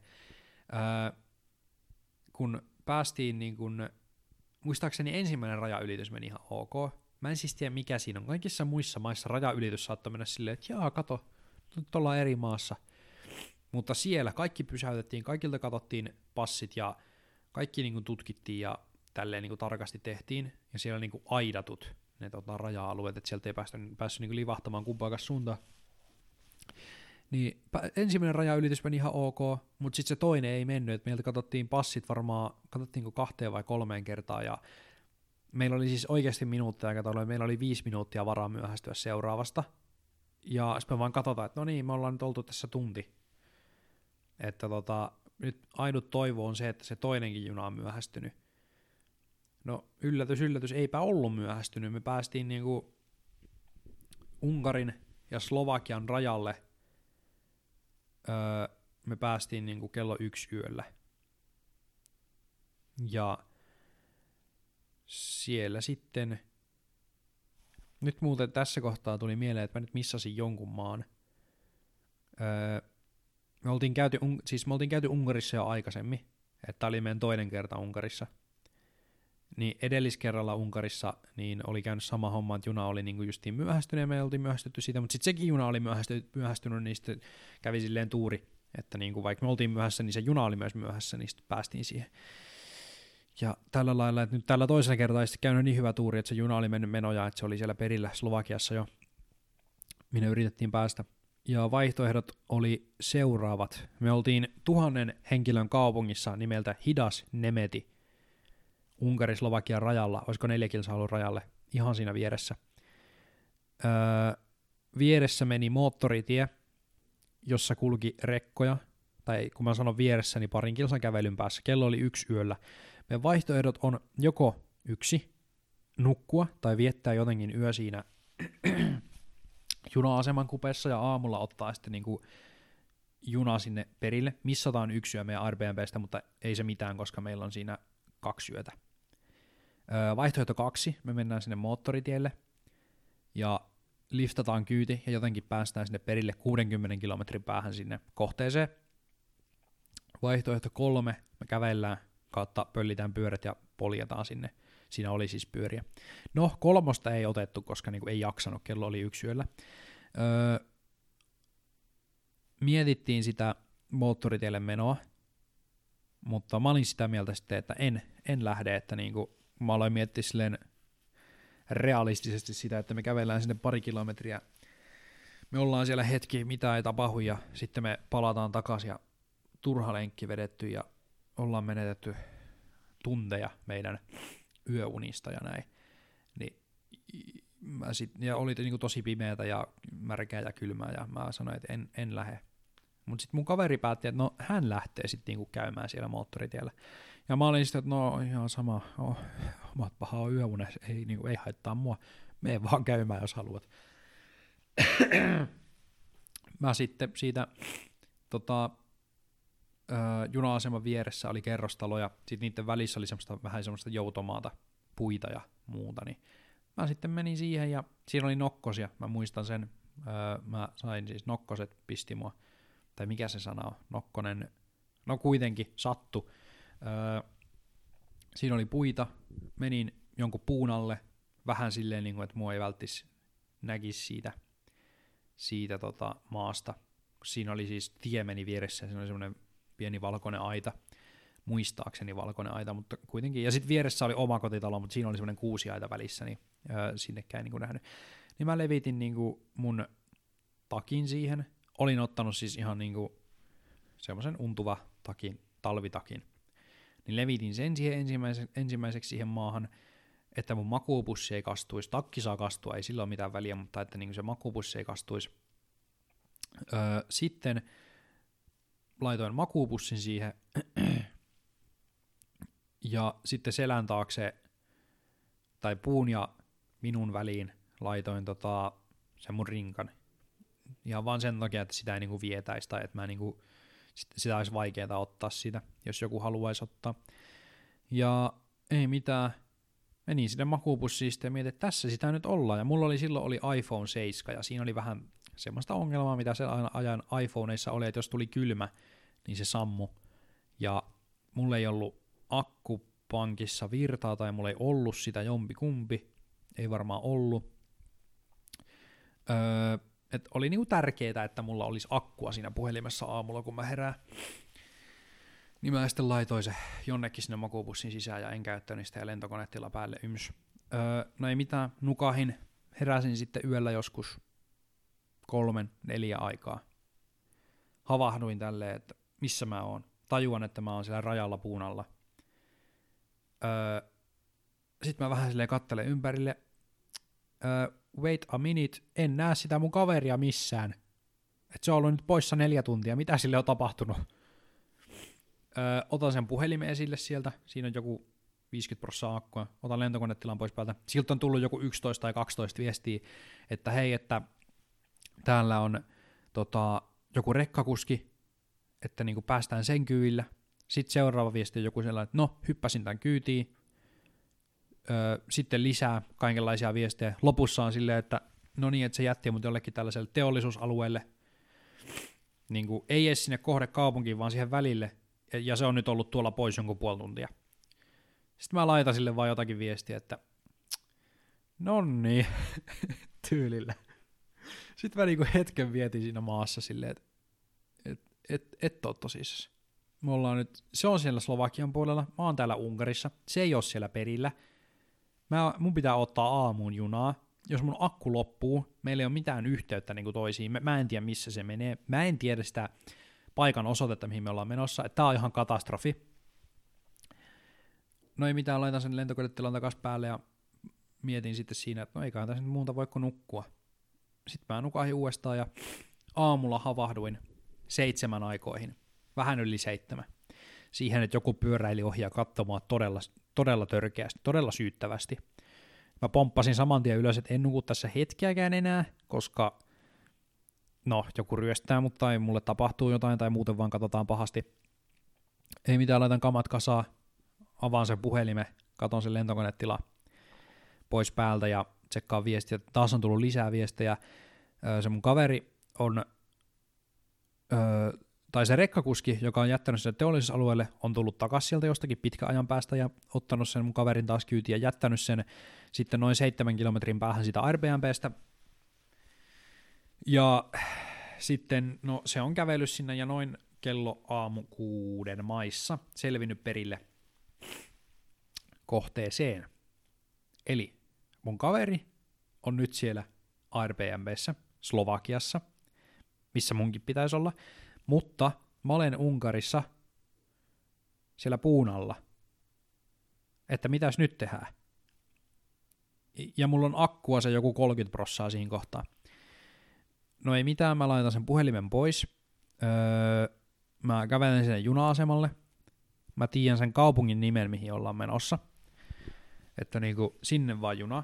Kun päästiin, niin kun, muistaakseni ensimmäinen rajaylitys meni ihan ok. Mä en siis tiedä mikä siinä on. Kaikissa muissa maissa rajaylitys saattoi mennä silleen, että jaa, kato, nyt ollaan eri maassa. Mutta siellä kaikki pysäytettiin, kaikilta katsottiin passit ja kaikki niin kun tutkittiin ja tälleen niin kun tarkasti tehtiin. Ja siellä niin kun aidatut ne raja-alueet, että sieltä ei päässyt niin kun livahtamaan kumpaakaan suuntaan. Niin ensimmäinen rajaylitys meni ihan ok, mutta sitten se toinen ei mennyt, että meiltä katsottiin passit katsottiinko 2 vai 3 kertaa, ja meillä oli siis oikeasti minuutteja, meillä oli 5 minuuttia varaa myöhästyä seuraavasta, ja sitten me vaan katsotaan, että no niin, me ollaan nyt oltu tässä tunti, että nyt ainut toivo on se, että se toinenkin juna on myöhästynyt. No yllätys, eipä ollut myöhästynyt, me päästiin niinku Unkarin ja Slovakian rajalle, me päästiin niinku kello 1 yöllä. Ja siellä sitten, nyt muuten tässä kohtaa tuli mieleen, että mä nyt missasin jonkun maan. Me oltiin käyty Unkarissa jo aikaisemmin, että oli meidän toinen kerta Unkarissa. Niin edelliskerralla Unkarissa niin oli käynyt sama homma, että juna oli niinku justiin myöhästynyt ja me oltiin myöhästytty siitä, mutta sitten sekin juna oli myöhästynyt, niin sitten kävi silleen tuuri, että niinku vaikka me oltiin myöhässä, niin se juna oli myös myöhässä, niin sitten päästiin siihen. Ja tällä lailla, että nyt tällä toisella kertaa ei sitten käynyt niin hyvä tuuri, että se juna oli mennyt menoja, että se oli siellä perillä Slovakiassa jo, minne yritettiin päästä. Ja vaihtoehdot oli seuraavat. Me oltiin 1000 henkilön kaupungissa nimeltä Hidas Nemeti, Unkari-Slovakian rajalla, olisiko 4 kilsaa ollut rajalle, ihan siinä vieressä. vieressä meni moottoritie, jossa kulki rekkoja, tai kun mä sanon vieressä, niin parin kilsan kävelyn päässä. Kello oli 1 yöllä. Meidän vaihtoehdot on joko 1, nukkua tai viettää jotenkin yö siinä juna-aseman kupeessa ja aamulla ottaa sitten niinku juna sinne perille. Missataan 1 yö meidän Airbnbstä, mutta ei se mitään, koska meillä on siinä 2 yötä. Vaihtoehto 2, me mennään sinne moottoritielle ja liftataan kyyti ja jotenkin päästään sinne perille 60 kilometrin päähän sinne kohteeseen. Vaihtoehto 3, me kävellään kautta pöllitään pyörät ja poljetaan sinne. Siinä oli siis pyöriä. No, 3 ei otettu, koska niinku ei jaksanut, kello oli 1 yöllä. Mietittiin sitä moottoritielle menoa, mutta mä olin sitä mieltä sitten, että en lähde, että niinku, mä aloin miettiä silleen realistisesti sitä, että me kävellään sinne 2 kilometriä, me ollaan siellä hetki, mitä ei tapahdu, ja sitten me palataan takaisin, ja turha lenkki vedetty, ja ollaan menetetty tunteja meidän yöunista ja näin. Niin, ja oli niinku tosi pimeätä ja märkää ja kylmää, ja mä sanoin, että en lähde. Mutta sitten mun kaveri päätti, että no hän lähtee sitten niinku käymään siellä moottoritiellä. Ja mä olin sitten, että no ihan sama, omat pahaa yöunes, ei haittaa mua, mene vaan käymään jos haluat. Mä sitten siitä juna-aseman vieressä oli kerrostalo ja sitten niiden välissä oli vähän semmoista joutomaata, puita ja muuta, niin mä sitten menin siihen ja siinä oli nokkosia, mä muistan sen, mä sain siis nokkoset pisti mua, tai mikä se sana on, nokkonen, no kuitenkin sattu. Siinä oli puita, menin jonkun puun alle, vähän silleen, niin kuin, että mua ei välttis näkisi siitä maasta. Siinä oli siis tie meni vieressä ja siinä oli semmoinen pieni valkoinen aita, muistaakseni valkoinen aita, mutta kuitenkin. Ja sitten vieressä oli omakotitalo, mutta siinä oli semmoinen kuusiaita välissä, niin sinnekään niin kuin nähnyt. Niin mä levitin niin kuin mun takin siihen. Olin ottanut siis ihan niin kuin semmoisen untuva takin, talvitakin. Niin levitin sen siihen ensimmäiseksi siihen maahan, että mun makuupussi ei kastuisi. Takki saa kastua, ei sillä ole mitään väliä, mutta että niin kuin se makuupussi ei kastuisi. Sitten laitoin makuupussin siihen ja sitten selän taakse tai puun ja minun väliin laitoin sen mun rinkan. Ihan vaan sen takia, että sitä ei niinku vietäisi tai että mä niinku, sitä olisi vaikeaa ottaa sitä, jos joku haluaisi ottaa. Ja ei mitään, menin sinne makuupussiin ja mietin, että tässä sitä nyt ollaan. Ja mulla silloin oli iPhone 7 ja siinä oli vähän semmoista ongelmaa, mitä sen ajan iPhoneissa oli, että jos tuli kylmä, niin se sammu. Ja mulla ei ollut akkupankissa virtaa tai mulla ei ollut sitä jompikumpi, ei varmaan ollut. Et oli niinku tärkeää, että mulla olisi akkua siinä puhelimessa aamulla, kun mä herään. Niin mä sitten laitoin se jonnekin sinne makuupussin sisään ja en käyttänyt sitä ja lentokonetila päälle yms. No ei mitään, nukahin, heräsin sitten yöllä joskus 3-4 aikaa. Havahduin tälleen, että missä mä oon. Tajuan, että mä oon siellä rajalla puun alla. Sitten mä vähän silleen kattelen ympärille. Wait a minute, en näe sitä mun kaveria missään. Et se on ollut nyt poissa 4 tuntia, mitä sille on tapahtunut? Otan sen puhelimen esille sieltä, siinä on joku 50% akkua, otan lentokonetilan pois päältä. Siltä on tullut joku 11 tai 12 viestiä, että hei, että täällä on joku rekkakuski, että niinku päästään sen kyydillä. Sitten seuraava viesti on joku sellainen, että no, hyppäsin tämän kyytiin. Sitten lisää kaikenlaisia viestejä. Lopussa on silleen, että no niin, että se jätti mut jollekin tällaiselle teollisuusalueelle. Niinku, ei edes sinne kohdekaupunkiin, vaan siihen välille. Ja se on nyt ollut tuolla pois jonkun puoli tuntia. Sitten mä laitan sille vaan jotakin viestiä, että nonni, tyylillä. Sitten mä niinku hetken vietin siinä maassa silleen, että et ole tosissaan. Me ollaan nyt, se on siellä Slovakian puolella, mä oon täällä Unkarissa, se ei ole siellä perillä. Mun pitää ottaa aamuun junaa. Jos mun akku loppuu, meillä ei ole mitään yhteyttä niin kuin toisiin. Mä en tiedä, missä se menee. Mä en tiedä sitä paikan osoitetta, mihin me ollaan menossa. Tää on ihan katastrofi. No ei mitään, laitan sen lentokonetilan takaisin päälle ja mietin sitten siinä, että no eiköhän tässä nyt muuta voi kuin nukkua. sitten mä nukahin uudestaan ja aamulla havahduin 7 aikoihin, vähän yli 7. Siihen, että joku pyöräili ohi ja katsomaan todella törkeästi, todella syyttävästi. Mä pomppasin saman tien ylös, että en nuku tässä hetkeäkään enää, koska joku ryöstää mut tai mulle tapahtuu jotain tai muuten vaan katsotaan pahasti. Ei mitään, laitan kamat kasaan, avaan sen puhelimen, katon sen lentokonetila pois päältä ja tsekkaan viestiä. Taas on tullut lisää viestejä. Se mun kaveri on, tai se rekkakuski, joka on jättänyt sen teollisuusalueelle, on tullut takaisin sieltä jostakin pitkän ajan päästä ja ottanut sen mun kaverin taas kyytiin ja jättänyt sen sitten noin 7 kilometrin päähän siitä Airbnbstä. Ja sitten, se on kävellyt sinne ja noin kello aamu 6 maissa selvinnyt perille kohteeseen. Eli mun kaveri on nyt siellä Airbnbssä, Slovakiassa, missä munkin pitäisi olla, mutta mä olen Unkarissa siellä puun alla, että mitäs nyt tehdään. Ja mulla on akkua se joku 30% siinä kohtaa. No ei mitään, mä laitan sen puhelimen pois. Mä kävelen sinne juna-asemalle. Mä tiedän sen kaupungin nimen, mihin ollaan menossa. Että niinku sinne vaan juna.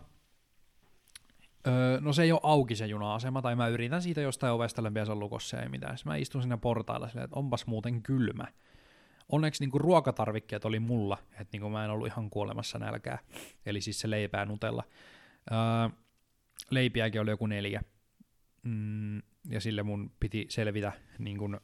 No se ei ole auki se juna-asema, tai mä yritän siitä jostain ovesta lämpiä sen lukossa, ei mitään. Sitten mä istun siinä portailla silleen, että onpas muuten kylmä. Onneksi niinku ruokatarvikkeet oli mulla, että niinku mä en ollut ihan kuolemassa nälkää. Eli siis se leipää Nutella. Leipiäkin oli joku 4. Ja sille mun piti selvitä niin kuin,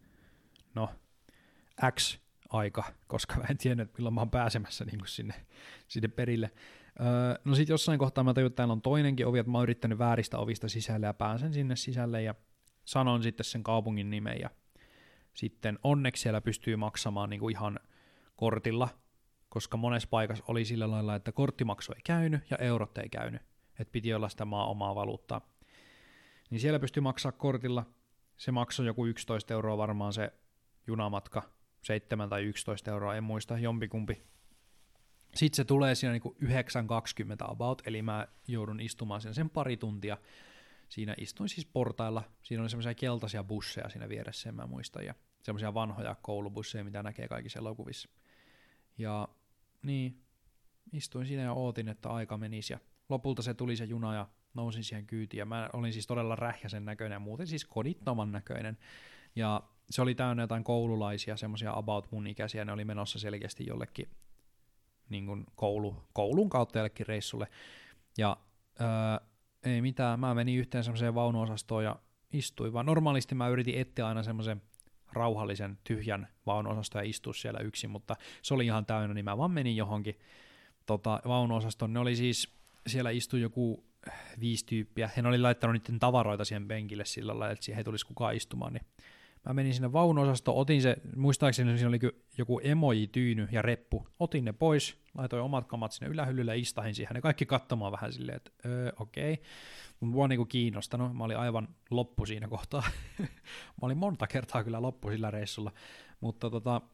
X aika, koska mä en tiennyt, milloin mä oon pääsemässä niin kuin sinne perille. No sit jossain kohtaa mä tajun, että täällä on toinenkin ovi, että mä oon yrittänyt vääristä ovista sisälle ja pääsen sinne sisälle ja sanon sitten sen kaupungin nimen ja sitten onneksi siellä pystyy maksamaan niin kuin ihan kortilla, koska monessa paikassa oli sillä lailla, että korttimaksu ei käynyt ja eurot ei käynyt, että piti olla sitä omaa valuuttaa. Niin siellä pystyy maksaa kortilla, se maksoi joku 11 € varmaan se junamatka, 7 tai 11 €, en muista, jompikumpi. Sitten se tulee siinä niinku 9:20 about, eli mä joudun istumaan sen pari tuntia. Siinä istuin siis portailla, siinä oli semmoisia keltaisia busseja siinä vieressä, en mä muista, ja semmoisia vanhoja koulubusseja, mitä näkee kaikissa elokuvissa. Ja niin, istuin siinä ja ootin, että aika menisi, ja lopulta se tuli se juna, ja nousin siihen kyytiin, ja mä olin siis todella rähjäsen näköinen, ja muuten siis kodittoman näköinen, ja se oli täynnä jotain koululaisia, semmoisia about mun ikäisiä, ne oli menossa selkeästi jollekin niin kuin koulun kautta jollekin reissulle, ja ei mitään, mä menin yhteen semmoiseen vaunuosastoon ja istuin, vaan normaalisti mä yritin etsiä aina semmoisen rauhallisen, tyhjän vaunuosaston ja istua siellä yksin, mutta se oli ihan täynnä, niin mä vaan menin johonkin vaunuosastoon, ne oli siis, siellä istui joku 5 tyyppiä, he oli laittanut niiden tavaroita siihen penkille sillä lailla, että siihen ei tulisi kukaan istumaan, niin mä menin sinne vaunuosastoon, otin se, muistaakseni siinä oli joku emoji-tyyny ja reppu, otin ne pois, laitoin omat kamat sinne ylähyllylle ja istahin siihen, ne kaikki katsomaan vähän silleen, että okei, mutta mua niinku kiinnostanut, mä olin aivan loppu siinä kohtaa, mä olin monta kertaa kyllä loppu sillä reissulla, mutta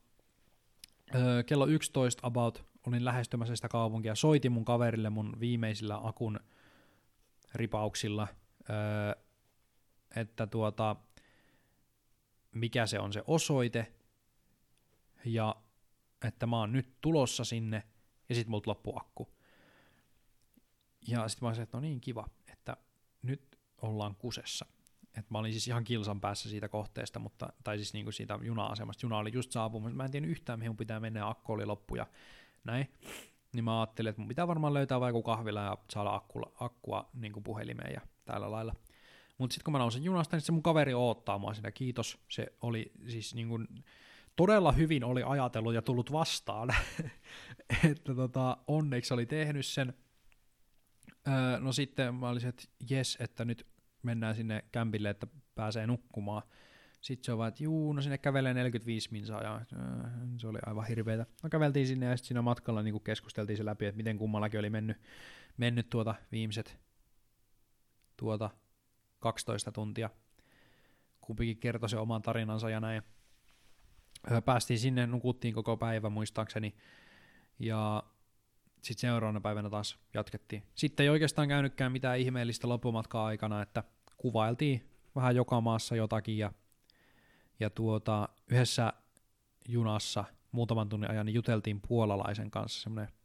kello 11 about olin lähestymässä sitä kaupunkia, soitin mun kaverille mun viimeisillä akun ripauksilla, että mikä se on se osoite, ja että mä oon nyt tulossa sinne, ja sit multa loppuu akku. Ja sit mä olisin, että no niin kiva, että nyt ollaan kusessa. Et mä olin siis ihan kilsan päässä siitä kohteesta, tai siis niinku siitä juna-asemasta. Juna oli just saapumassa, mä en tiennyt yhtään mihin mun pitää mennä, ja akku oli loppu ja näin. Niin mä ajattelin, että mun pitää varmaan löytää vaikka kahvila ja saada akkua niinku puhelimeen ja tällä lailla. Mutta sitten kun mä nousin junasta, niin se mun kaveri odottaa mua siinä, kiitos. Se oli siis niin kuin, todella hyvin oli ajatellut ja tullut vastaan, että onneksi oli tehnyt sen. No sitten mä olisin, että jes, että nyt mennään sinne kämpille, että pääsee nukkumaan. Sitten se on vaan, että no sinne kävelee 45 minsaa, ja se oli aivan hirveetä. No käveltiin sinne, ja sitten siinä matkalla niin keskusteltiin se läpi, että miten kummallakin oli mennyt viimeiset 12 tuntia. Kumpikin kertoi se oman tarinansa ja näin. Päästiin sinne, nukuttiin koko päivä muistaakseni. Ja sitten seuraavana päivänä taas jatkettiin. Sitten ei oikeastaan käynytkään mitään ihmeellistä loppumatkaa aikana, että kuvailtiin vähän joka maassa jotakin, ja yhdessä junassa muutaman tunnin ajan niin juteltiin puolalaisen kanssa, semmoinen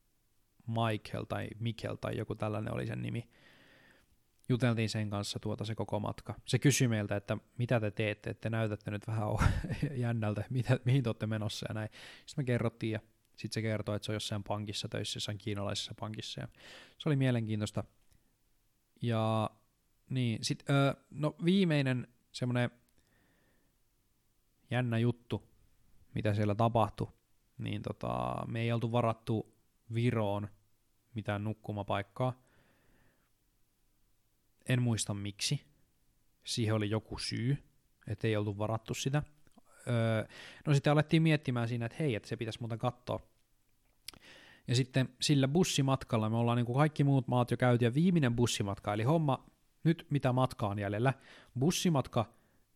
Mikel tai joku tällainen oli sen nimi. Juteltiin sen kanssa se koko matka. Se kysyi meiltä, että mitä te teette, että näytätte nyt vähän jännältä, mihin te olette menossa ja näin. Sitten me kerrottiin ja sitten se kertoi, että se on jossain pankissa töissä, jossain kiinalaisessa pankissa. Ja se oli mielenkiintoista. Ja niin, sitten viimeinen semmoinen jännä juttu, mitä siellä tapahtui, niin me ei oltu varattu Viroon mitään nukkumapaikkaa. En muista miksi. Siihen oli joku syy, että ei oltu varattu sitä. No sitten alettiin miettimään siinä, että hei, että se pitäisi muuten katsoa. Ja sitten sillä bussimatkalla me ollaan niin kuin kaikki muut maat jo käyty, ja viimeinen bussimatka, eli homma, nyt mitä matkaa on jäljellä, bussimatka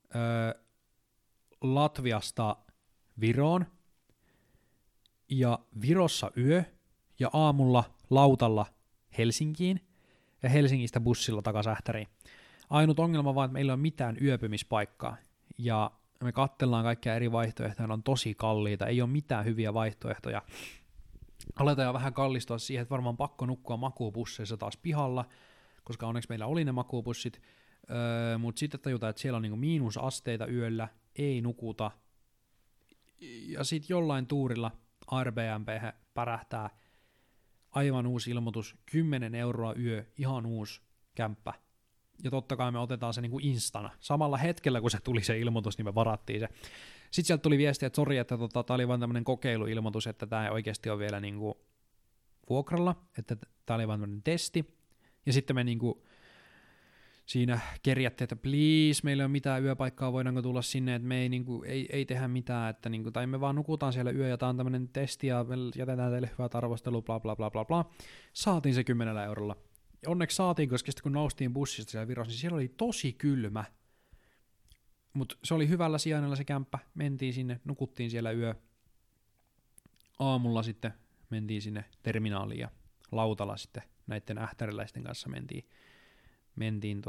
Latviasta Viroon, ja Virossa yö, ja aamulla lautalla Helsinkiin, ja Helsingistä bussilla takaisin Ähtäriin. Ainut ongelma vaan, että meillä ei ole mitään yöpymispaikkaa, ja me katsellaan kaikkia eri vaihtoehtoja, ne on tosi kalliita, ei ole mitään hyviä vaihtoehtoja. Aletaan jo vähän kallistua siihen, että varmaan pakko nukkua makuupusseissa taas pihalla, koska onneksi meillä oli ne makuupussit, mutta sitten tajutaan, että siellä on niinku miinusasteita yöllä, ei nukuta, ja sitten jollain tuurilla Airbnb pärähtää aivan uusi ilmoitus, 10 € yö, ihan uusi kämppä. Ja totta kai me otetaan se niinku instana. Samalla hetkellä, kun se tuli se ilmoitus, niin me varattiin se. Sitten sieltä tuli viesti, että sori, että tämä oli vain tämmöinen kokeiluilmoitus, että tämä ei oikeasti ole vielä niinku vuokralla, että tämä oli vain tämmöinen testi. Ja sitten me niinku siinä kerjättiin, että please, meillä ei ole mitään yöpaikkaa, voidaanko tulla sinne, että me ei tehdä mitään, että niinku, tai me vaan nukutaan siellä yö, ja tämä on tämmöinen testi, ja me jätetään teille hyvät arvostelua, bla bla bla bla bla. Saatiin se 10 €. Onneksi saatiin, koska sitten kun noustiin bussista siellä Virossa, niin siellä oli tosi kylmä. Mutta se oli hyvällä sijainnilla se kämppä. Mentiin sinne, nukuttiin siellä yö. Aamulla sitten mentiin sinne terminaaliin ja lautalla sitten näiden ähtäriläisten kanssa mentiin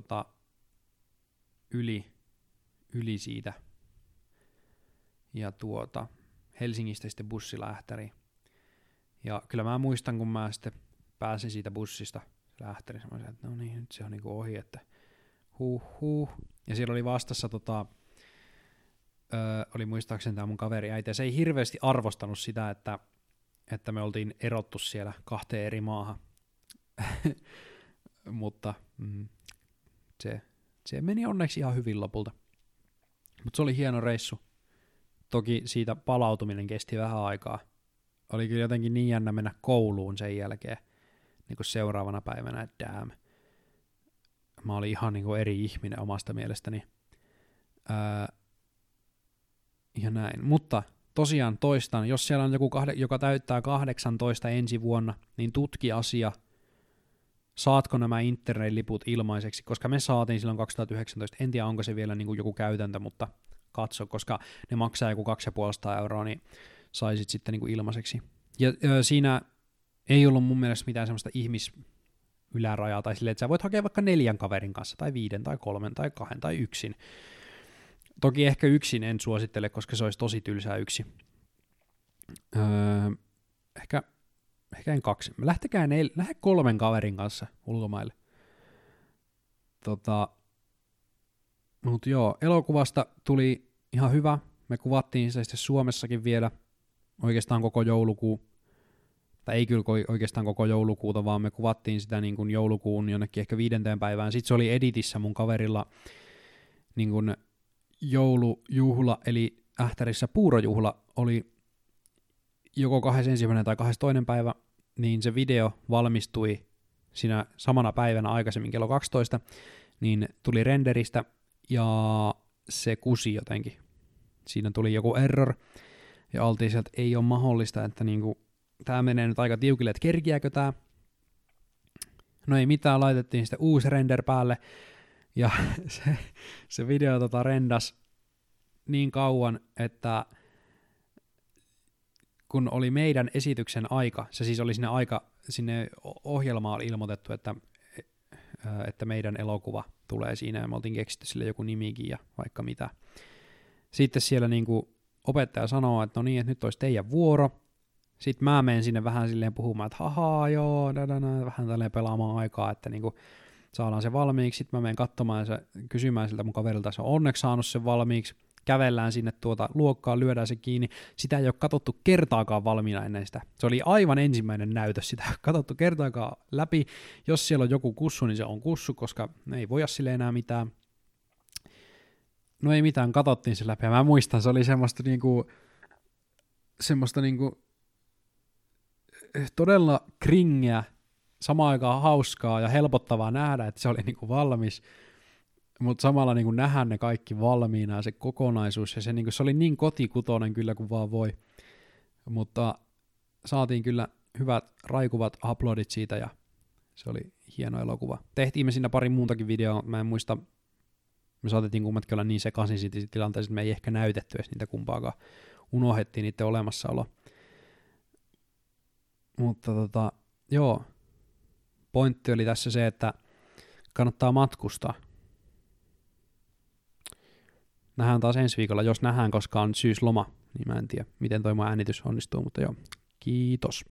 yli siitä. Ja Helsingistä sitten bussilla Ähtäriin. Ja kyllä mä muistan, kun mä sitten pääsin siitä bussista Ähtäriin, sanoisin, että no niin, nyt se on niinku ohi, että Ja siellä oli vastassa oli muistaakseni tämä mun kaveri äiti, ja se ei hirveästi arvostanut sitä, että me oltiin erottu siellä 2 eri maahan. Mutta se meni onneksi ihan hyvin lopulta. Mutta se oli hieno reissu. Toki siitä palautuminen kesti vähän aikaa. Oli kyllä jotenkin niin jännä mennä kouluun sen jälkeen, niin kuin seuraavana päivänä, että damn. Mä olin ihan niin kuin eri ihminen omasta mielestäni. Ja näin. Mutta tosiaan toistan, jos siellä on joku, joka täyttää 18 ensi vuonna, niin tutki asia, saatko nämä interrail-liput ilmaiseksi, koska me saatiin silloin 2019, en tiedä onko se vielä niin kuin joku käytäntö, mutta katso, koska ne maksaa joku 250 €, niin saisit sitten niin kuin ilmaiseksi. Ja siinä ei ollut mun mielestä mitään semmoista ihmisyläraja, tai silleen, että sä voit hakea vaikka 4 kaverin kanssa, tai 5, tai 3, tai 2, tai yksin. Toki ehkä yksin en suosittele, koska se olisi tosi tylsää yksi. Ehkä en 2. Lähde 3 kaverin kanssa ulkomaille. Mutta joo, elokuvasta tuli ihan hyvä. Me kuvattiin sitä sitten Suomessakin vielä oikeastaan koko joulukuu. Tai ei kyllä oikeastaan koko joulukuuta, vaan me kuvattiin sitä niin kuin joulukuun jonnekin ehkä 5. päivään. Sitten se oli editissä mun kaverilla niin kuin joulujuhla, eli Ähtärissä puurojuhla oli joko 21. tai 22. päivä, niin se video valmistui siinä samana päivänä aikaisemmin kello 12, niin tuli renderistä ja se kusi jotenkin. Siinä tuli joku error ja oltiin sieltä, että ei ole mahdollista, että niinku, tämä menee nyt aika tiukille, että kerkiääkö tämä. No ei mitään, laitettiin sitten uusi render päälle ja se video rendas niin kauan, että kun oli meidän esityksen aika, se siis oli sinne ohjelmaan oli ilmoitettu, että että meidän elokuva tulee siinä, ja me oltiin keksitty sille joku nimikin ja vaikka mitä. Sitten siellä niinku opettaja sanoo, että no niin, että nyt olisi teidän vuoro. Sitten mä menen sinne vähän silleen puhumaan, että hahaa, joo, vähän tälleen pelaamaan aikaa, että niinku saadaan se valmiiksi. Sitten mä menen katsomaan ja kysymään siltä mun kaverilta, että se on onneksi saanut sen valmiiksi. Kävellään sinne luokkaan, lyödään se kiinni. Sitä ei ole katsottu kertaakaan valmiina ennen sitä. Se oli aivan ensimmäinen näytös, sitä ei ole katsottu kertaakaan läpi. Jos siellä on joku kussu, niin se on kussu, koska ei voida sille enää mitään. No ei mitään, katsottiin se läpi. Ja mä muistan, se oli semmoista todella kringeä, samaan aikaan hauskaa ja helpottavaa nähdä, että se oli niinku valmis. Mutta samalla niin nähdään ne kaikki valmiina ja se kokonaisuus, ja se oli niin kotikutoinen kyllä kuin vaan voi. Mutta saatiin kyllä hyvät raikuvat uploadit siitä, ja se oli hieno elokuva. Tehtiin me siinä pari muutakin videoa, mä en muista, me saatettiin kummatkin olla niin sekaisin siitä tilanteessa, että me ei ehkä näytetty edes niitä kumpaakaan. Unohdettiin niiden olemassaolo. Mutta joo, pointti oli tässä se, että kannattaa matkustaa. Nähdään taas ensi viikolla, jos nähdään, koska on syysloma, niin mä en tiedä, miten toi mun äänitys onnistuu, mutta joo, kiitos.